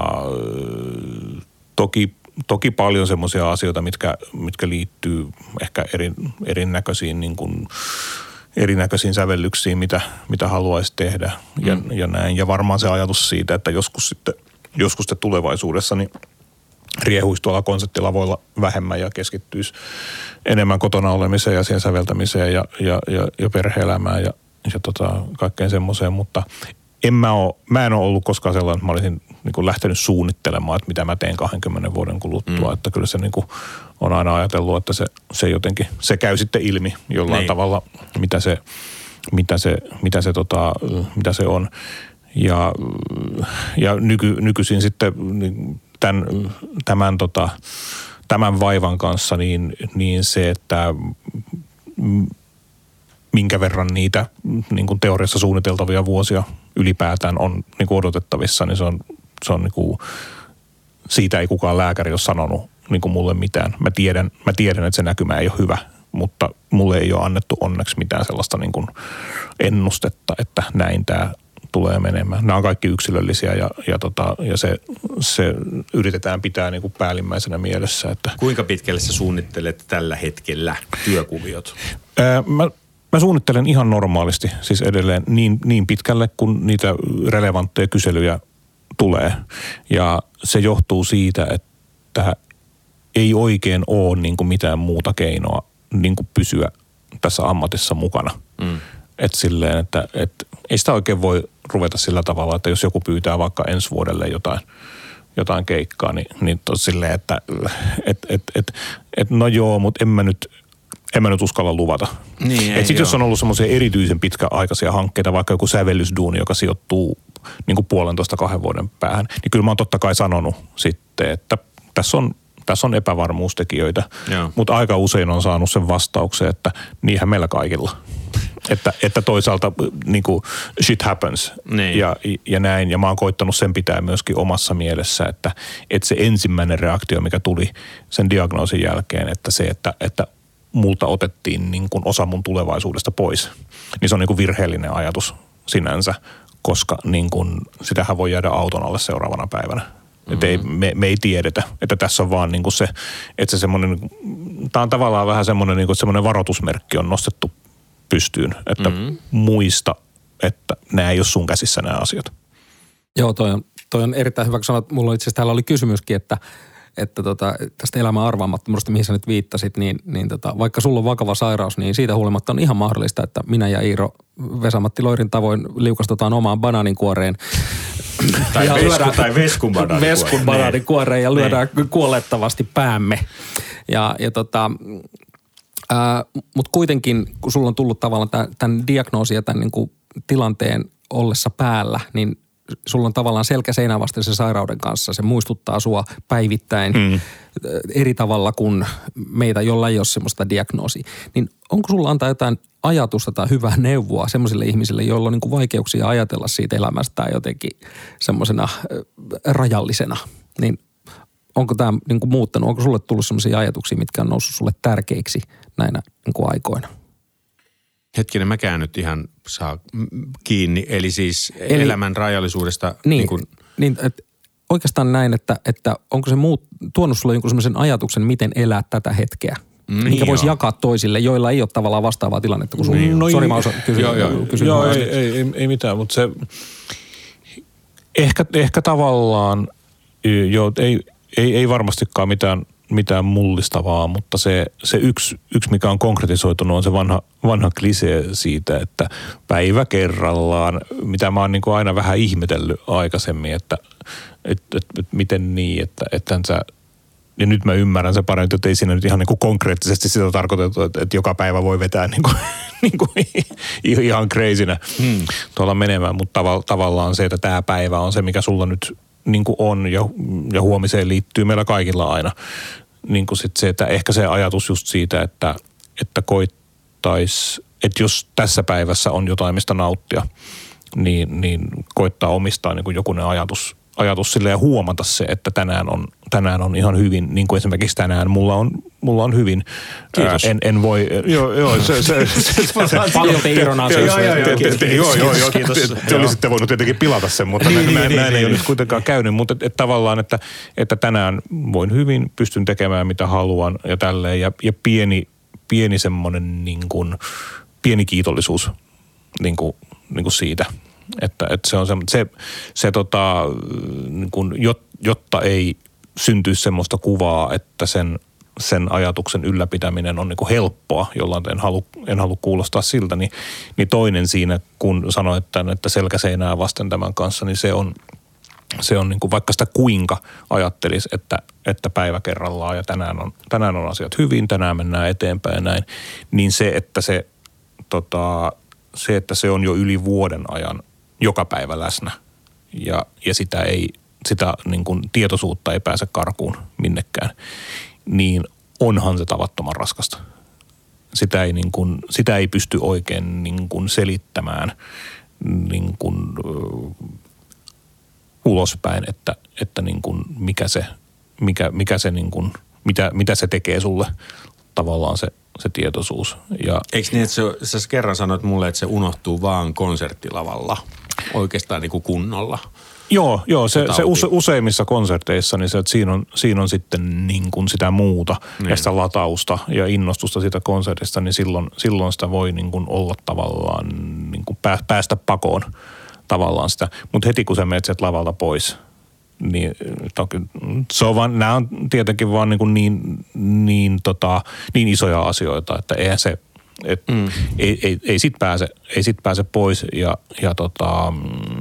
toki Toki paljon semmoisia asioita, mitkä, mitkä liittyy ehkä eri, erinäköisiin, niin kuin, erinäköisiin sävellyksiin, mitä, mitä haluaisi tehdä ja, mm. ja näin. Ja varmaan se ajatus siitä, että joskus sitten, joskus sitten tulevaisuudessa niin riehuisi tuolla konserttilavoilla vähemmän ja keskittyisi enemmän kotona olemiseen ja siihen säveltämiseen ja, ja, ja, ja perhe-elämään ja, ja tota, kaikkeen semmoiseen, mutta en mä, ole, mä en ole ollut koskaan sellainen, että mä olisin niin kuin lähtenyt suunnittelemaan, että mitä mä teen kahdenkymmenen vuoden kuluttua. Mm. Että kyllä se niin kuin on aina ajatellut, että se, se jotenkin, se käy sitten ilmi jollain niin. tavalla, mitä se, mitä se, mitä se, tota, mitä se on. Ja, ja nyky, nykyisin sitten tämän, tämän, tota, tämän vaivan kanssa niin, niin se, että minkä verran niitä niin kuin teoriassa suunniteltavia vuosia ylipäätään on niin kuin odotettavissa, niin se on, se on niin kuin, siitä ei kukaan lääkäri ole sanonut niin kuin mulle mitään. Mä tiedän, mä tiedän, että se näkymä ei ole hyvä, mutta mulle ei ole annettu onneksi mitään sellaista niin kuin ennustetta, että näin tämä tulee menemään. Nämä on kaikki yksilöllisiä ja, ja, tota, ja se, se yritetään pitää niin kuin päällimmäisenä mielessä. Että kuinka pitkälle sä suunnittelet tällä hetkellä työkuviot? Ää, mä, mä suunnittelen ihan normaalisti, siis edelleen niin, niin pitkälle, kun niitä relevantteja kyselyjä tulee. Ja se johtuu siitä, että ei oikein ole niin kuin mitään muuta keinoa niin kuin pysyä tässä ammatissa mukana. Mm. Että silleen, että et, ei sitä oikein voi ruveta sillä tavalla, että jos joku pyytää vaikka ensi vuodelle jotain, jotain keikkaa, niin, niin silleen, että et, et, et, et, no joo, mutta en mä nyt, en mä nyt uskalla luvata. Niin, että sitten jos on ollut semmoisia erityisen pitkäaikaisia hankkeita, vaikka joku sävellysduuni, joka sijoittuu niin kuin puolentoista kahden vuoden päähän, niin kyllä mä oon totta kai sanonut sitten, että tässä on Tässä on epävarmuustekijöitä, mutta aika usein on saanut sen vastauksen, että niinhän meillä kaikilla. Että, että toisaalta niin kuin shit happens niin. ja, ja näin. Ja mä oon koittanut sen pitää myöskin omassa mielessä, että, että se ensimmäinen reaktio, mikä tuli sen diagnoosin jälkeen, että se, että, että multa otettiin niin kuin osa mun tulevaisuudesta pois, niin se on niin kuin virheellinen ajatus sinänsä, koska niin kuin sitähän voi jäädä auton alle seuraavana päivänä. Että ei, me, me ei tiedetä, että tässä on vaan niinku se, että se semmoinen, tämä on tavallaan vähän semmoinen, niinku, semmoinen varoitusmerkki on nostettu pystyyn, että mm-hmm. muista, että nämä ei ole sun käsissä nämä asiat. Joo, toi on, toi on erittäin hyvä, kun sanoit, mulla itse asiassa täällä oli kysymyskin, että, että tota, tästä elämän arvaamattomuudesta, mihin sä nyt viittasit, niin, niin tota, vaikka sulla on vakava sairaus, niin siitä huolimatta on ihan mahdollista, että minä ja Iiro Vesa-Matti Loirin tavoin liukastutaan omaan banaaninkuoreen. Tai, vesku, lyödään, tai veskun banaaninkuoreen. Veskun banaaninkuoreen ja lyödään ne. kuolettavasti päämme. Ja, ja tota, mutta kuitenkin, kun sulla on tullut tavallaan tämän, tämän diagnoosin ja tämän niin kuin tilanteen ollessa päällä, niin sulla on tavallaan selkä seinää vasten sen sairauden kanssa. Se muistuttaa sua päivittäin mm. eri tavalla kuin meitä, jolla ei ole semmoista diagnoosia. Niin onko sulla antaa jotain ajatusta tai hyvää neuvoa semmoisille ihmisille, joilla on niin kuin vaikeuksia ajatella siitä elämästä jotenkin semmoisena rajallisena? Niin onko tämä niin kuin muuttanut, onko sulle tullut semmoisia ajatuksia, mitkä on noussut sulle tärkeiksi näinä niin kuin aikoina? Hetkinen, mä käyn nyt ihan saa kiinni. Eli siis Eli, elämän rajallisuudesta. Niin, niin, kuin niin että oikeastaan näin, että, että onko se muut, tuonut sulle jonkun semmoisen ajatuksen, miten elää tätä hetkeä? Niin minkä voisi jakaa toisille, joilla ei ole tavallaan vastaavaa tilannetta kuin sun. Niin, no, Sori, mä osaan kysyä. Joo, joo, kysyn joo ei, ei, ei, ei mitään, mutta se ehkä, ehkä tavallaan, joo, ei, ei, ei varmastikaan mitään, mitään mullistavaa, mutta se, se yksi, yksi, mikä on konkretisoitunut, on se vanha, vanha klisee siitä, että päivä kerrallaan, mitä mä oon niin kuin aina vähän ihmetellyt aikaisemmin, että et, et, et, miten niin, että ethän sä, ja nyt mä ymmärrän se paremmin, että ei siinä nyt ihan niin kuin konkreettisesti sitä tarkoitettu, että, että joka päivä voi vetää niin kuin, niin kuin ihan crazynä hmm. tuolla menemään, mutta tav- tavallaan se, että tämä päivä on se, mikä sulla nyt niin kuin on ja, ja huomiseen liittyy meillä kaikilla aina. Niin kuin sit se, että ehkä se ajatus just siitä, että, että koittais, että jos tässä päivässä on jotain, mistä nauttia, niin, niin koittaa omistaa niin kuin jokunen ajatus, ajatus sille ja huomata se, että tänään on, tänään on ihan hyvin, niin kuin esimerkiksi tänään mulla on, mulla on hyvin. Kiitos. Ää, en, en voi, joo, joo, se, se, se, se paljon te Iiron asioista. Joo, joo, joo, joo, joo, te olisitte voinut tietenkin pilata sen, mutta näin ei ole nyt kuitenkaan käynyt, mutta tavallaan, että, että tänään voin hyvin, pystyn tekemään mitä haluan ja tälleen, ja, ja pieni, pieni semmoinen niin kuin, pieni kiitollisuus niin kuin, niin kuin siitä. Että, että se on se, se, se tota, niin kun, jotta ei syntyisi semmoista kuvaa, että sen, sen ajatuksen ylläpitäminen on niin kuin helppoa, jollain en halua, en halua kuulostaa siltä, niin, niin toinen siinä, kun sanoit tämän, että selkäseinää vasten tämän kanssa, niin se on, se on niin kuin vaikka sitä kuinka ajattelisi, että, että päivä kerrallaan ja tänään on, tänään on asiat hyvin, tänään mennään eteenpäin ja näin, niin se, että se, tota, se, että se on jo yli vuoden ajan joka päivä läsnä ja, ja sitä ei, sitä niin kuin tietoisuutta ei pääse karkuun minnekään, niin onhan se tavattoman raskasta. Sitä ei, niin kuin, sitä ei pysty oikein niin kuin selittämään niin kuin, uh, ulospäin, että, että niin kuin mikä se, mikä, mikä se niin kuin, mitä, mitä se tekee sulle tavallaan se, se tietoisuus. Ja eikö niin, että se, sä kerran sanoit mulle, että se unohtuu vaan konserttilavalla oikeastaan niin kuin kunnolla? Joo, joo se, se use, useimmissa konserteissa, niin se, että siinä on, siinä on sitten niin kuin sitä muuta niin. ja sitä latausta ja innostusta siitä konsertista, niin silloin, silloin sitä voi niin kuin olla tavallaan niin kuin päästä pakoon tavallaan sitä. Mutta heti kun sä menet sieltä lavalta pois, niin toki, se on vaan, nämä on tietenkin vaan niin, kuin niin, niin, tota, niin isoja asioita, että eihän se, et, mm. ei, ei, ei sit pääse, ei sit pääse pois ja, ja tota,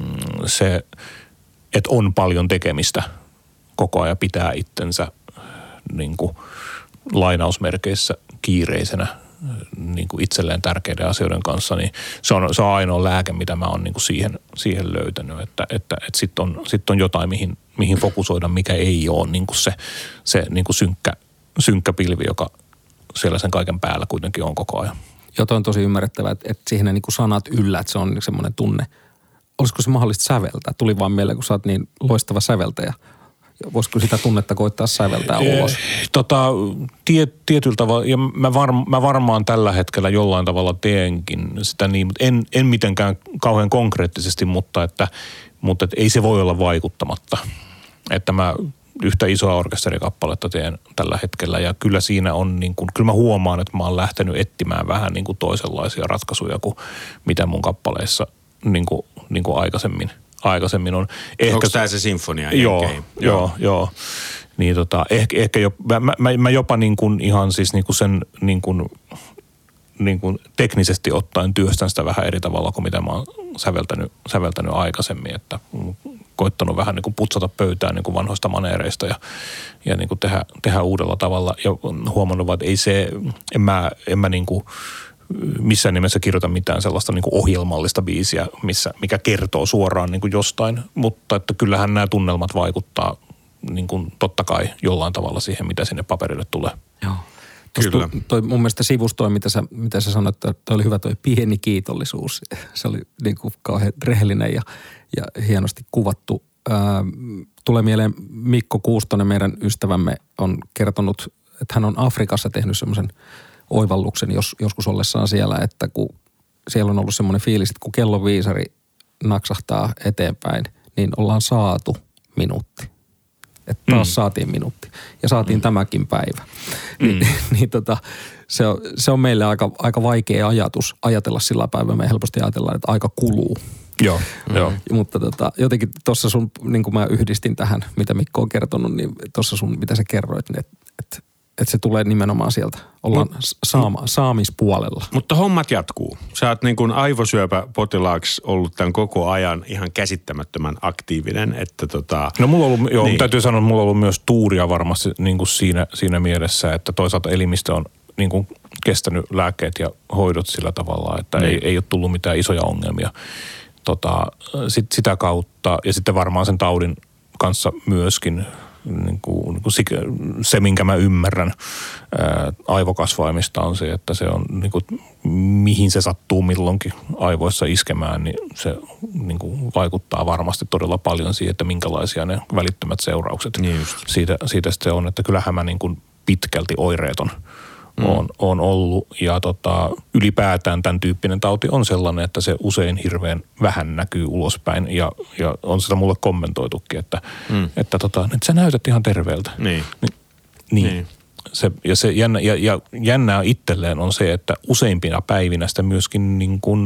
se, että on paljon tekemistä koko ajan pitää itsensä niin kuin lainausmerkeissä kiireisenä niin kuin itselleen tärkeiden asioiden kanssa, niin se on, se on ainoa lääke, mitä mä oon niin kuin siihen, siihen löytänyt, että, että, että sitten on, sit on jotain, mihin, mihin fokusoida, mikä ei ole niin kuin se, se niin kuin synkkä, synkkä pilvi, joka siellä sen kaiken päällä kuitenkin on koko ajan. Joo, toi on tosi ymmärrettävää, että, että siihen niin kuin sanat yllä, että se on semmoinen tunne. Olisiko se mahdollista säveltää? Tuli vaan mieleen, kun sä oot niin loistava säveltäjä. Voisiko sitä tunnetta koittaa säveltää ulos? Tota, tie, tietyllä tavalla, ja mä, var, mä varmaan tällä hetkellä jollain tavalla teenkin sitä niin, mutta en, en mitenkään kauhean konkreettisesti, mutta, että, mutta että ei se voi olla vaikuttamatta. Että mä yhtä isoa orkesterikappaletta teen tällä hetkellä ja kyllä siinä on niin kuin, kyllä mä huomaan, että mä oon lähtenyt etsimään vähän niin kuin toisenlaisia ratkaisuja kuin mitä mun kappaleissa niin kuin, niin kuin aikaisemmin. aikaisemmin on. Ehkä, onko tämä se sinfonia? Joo, joo, joo, joo. Niin tota, ehkä, ehkä jo, mä, mä, mä jopa niin kuin ihan siis niin kuin sen niin kuin, niin kuin teknisesti ottaen työstän sitä vähän eri tavalla kuin mitä mä oon säveltänyt, säveltänyt aikaisemmin, että koittanut vähän niin kuin putsata pöytää niin kuin vanhoista maneereista ja, ja niin kuin tehdä, tehdä uudella tavalla ja huomannut vaan, että ei se, en mä, en mä niin kuin missään nimessä kirjoita mitään sellaista niin kuin ohjelmallista biisiä, missä, mikä kertoo suoraan niin kuin jostain, mutta että kyllähän nämä tunnelmat vaikuttaa niin kuin totta kai jollain tavalla siihen, mitä sinne paperille tulee. Joo. Kyllä. Toi, toi mun mielestä sivustoi, mitä sä, mitä sä sanoit, että toi oli hyvä toi pieni kiitollisuus. Se oli niin kuin kauhean rehellinen ja, ja hienosti kuvattu. Ää, tulee mieleen Mikko Kuustonen, meidän ystävämme, on kertonut, että hän on Afrikassa tehnyt semmoisen oivalluksen jos, joskus ollessaan siellä, että kun siellä on ollut semmoinen fiilis, että kun kelloviisari naksahtaa eteenpäin, niin ollaan saatu minuutti. Että taas mm. saatiin minuutti. Ja saatiin mm. tämäkin päivä. Mm. Ni, niin tota, se on, se on meille aika, aika vaikea ajatus ajatella sillä päivänä. Me helposti ajatellaan, että aika kuluu. Joo, mm. joo. Mutta tota, jotenkin tuossa sun, niin kuin mä yhdistin tähän, mitä Mikko on kertonut, niin tuossa sun, mitä sä kerroit, niin että et, et se tulee nimenomaan sieltä. Ollaan Mut, saama, saamispuolella. Mutta hommat jatkuu. Sä oot niin kuin aivosyöpäpotilaaksi ollut tämän koko ajan ihan käsittämättömän aktiivinen, että tota... No mulla on ollut, joo, niin. täytyy sanoa, että mulla on ollut myös tuuria varmasti niin kuin siinä, siinä mielessä, että toisaalta elimistö on niin kuin kestänyt lääkkeet ja hoidot sillä tavalla, että niin. ei, ei ole tullut mitään isoja ongelmia tota, sit, sitä kautta. Ja sitten varmaan sen taudin kanssa myöskin niin kuin, niin kuin se, minkä mä ymmärrän ää, aivokasvaimista on se, että se on niin kuin, mihin se sattuu milloinkin aivoissa iskemään, niin se niin kuin, vaikuttaa varmasti todella paljon siihen, että minkälaisia ne välittömät seuraukset niin siitä, siitä sitten on. Että kyllähän mä niin kuin pitkälti oireeton mm. on, on ollut ja tota, ylipäätään tämän tyyppinen tauti on sellainen, että se usein hirveän vähän näkyy ulospäin ja, ja on sitä mulle kommentoitukin, että, mm. että, tota, että sä näytät ihan terveeltä. Niin. Ni, niin. niin. Se, ja, se jännä, ja, ja jännää itselleen on se, että useimpina päivinä sitä myöskin niin kuin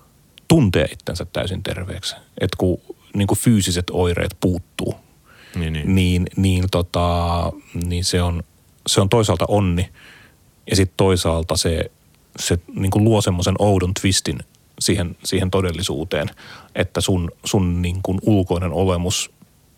tuntee itsensä täysin terveeksi. Että kun niin kuin fyysiset oireet puuttuu, niin, niin. Niin, niin, tota, niin se, on, se on toisaalta onni. Ja sitten toisaalta se, se niin kuin luo semmoisen oudon twistin siihen, siihen todellisuuteen, että sun, sun niin kuin ulkoinen olemus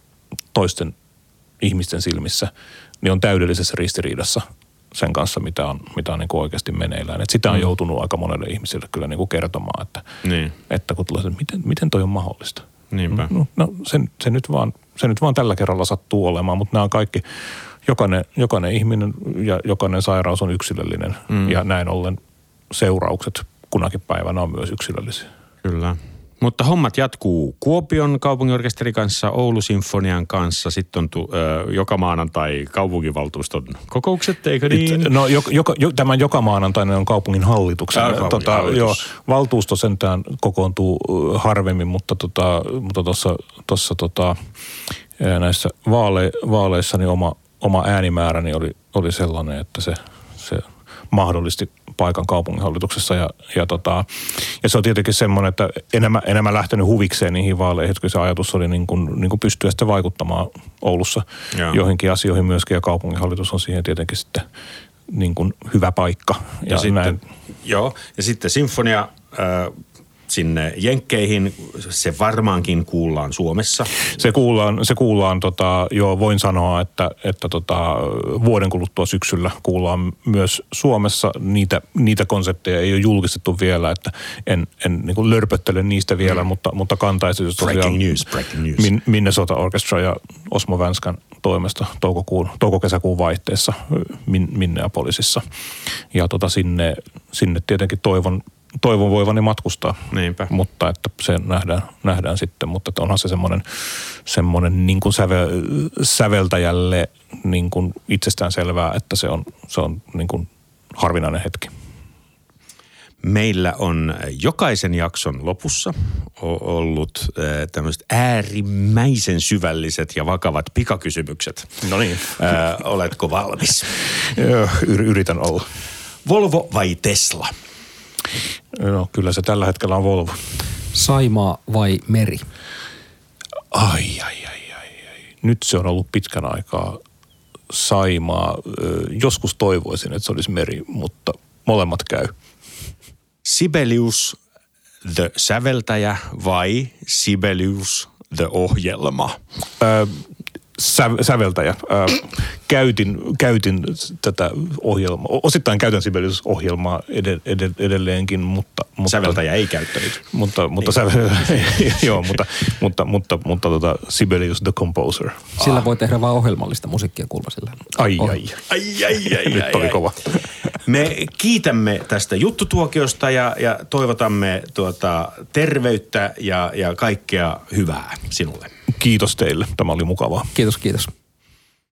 toisten ihmisten silmissä niin on täydellisessä ristiriidassa sen kanssa, mitä on, mitä on niin kuin oikeasti meneillään. Et sitä on joutunut aika monelle ihmiselle kyllä niin kuin kertomaan, että, niin. että kun tulee se, miten, miten toi on mahdollista. Niinpä. No, no se, se, nyt vaan, se nyt vaan tällä kerralla sattuu olemaan, mutta nämä on kaikki... Jokainen, jokainen ihminen ja jokainen sairaus on yksilöllinen mm. ja näin ollen seuraukset kunakin päivänä on myös yksilöllisiä. Kyllä. Mutta hommat jatkuu Kuopion kaupunginorkesterin kanssa, Oulu Sinfonian kanssa, sitten on tu, ö, joka maanantai kaupunginvaltuuston kokoukset, eikö niin? No joka, joka, jo, tämän joka maanantaina on kaupungin hallituksen. Äh, kaupungin tota, hallitus. joo, valtuusto sentään kokoontuu harvemmin, mutta tuossa mutta tossa, tossa, tota, näissä vaale, vaaleissa niin oma, oma äänimääräni oli, oli sellainen, että se, se mahdollisti paikan kaupunginhallituksessa ja, ja, tota, ja se on tietenkin semmoinen, että enemmän, enemmän lähtenyt huvikseen niihin vaaleihin, että se ajatus oli niin kuin, niin kuin pystyä sitten vaikuttamaan Oulussa Joo. joihinkin asioihin myöskin ja kaupunginhallitus on siihen tietenkin sitten niin kuin hyvä paikka. Ja, ja sitten, joo, ja sitten sinfonia äh, sinne Jenkkeihin, se varmaankin kuullaan Suomessa. Se kuullaan, se kuullaan tota, joo, voin sanoa, että, että tota, vuoden kuluttua syksyllä kuullaan myös Suomessa. Niitä, niitä konsepteja ei ole julkistettu vielä, että en, en niin kuin lörpöttele niistä vielä, mm. mutta, mutta kantaisi tosiaan breaking news, breaking news. Minnesota Orchestra ja Osmo Vänskan toimesta toukokuun, touko-kesäkuun vaihteessa Minneapolisissa. Ja tota, sinne, sinne tietenkin toivon, Toivon voivani matkustaa, Niinpä. mutta että se nähdään, nähdään sitten, mutta onhan se semmoinen, semmoinen niin kuin säve, säveltäjälle niin kuin itsestään selvää, että se on, se on niin kuin harvinainen hetki. Meillä on jokaisen jakson lopussa ollut tämmöiset äärimmäisen syvälliset ja vakavat pikakysymykset. No niin. Äh, oletko valmis? Yritän olla. Volvo vai Tesla? No kyllä se tällä hetkellä on Volvo. Saimaa vai meri? Ai, ai, ai, ai, ai. Nyt se on ollut pitkän aikaa Saimaa. Joskus toivoisin, että se olisi meri, mutta molemmat käy. Sibelius the säveltäjä vai Sibelius the ohjelma? Öö, sä, säveltäjä. Öö, käytin, käytin tätä ohjelmaa. Osittain käytän Sibelius-ohjelmaa ed- ed- edelleenkin, mutta... mutta säveltäjä ei käyttänyt. Mutta, mutta, sävel, joo, mutta, mutta, mutta, mutta tota, Sibelius the composer. Sillä ah. voi tehdä vain ohjelmallista musiikkia kuulla sillä. Ai, ai, ai. ai, ai, ai Nyt ai, oli ai. kova. Me kiitämme tästä juttutuokiosta ja, ja toivotamme tuota, terveyttä ja, ja kaikkea hyvää sinulle. Kiitos teille. Tämä oli mukavaa. Kiitos, kiitos.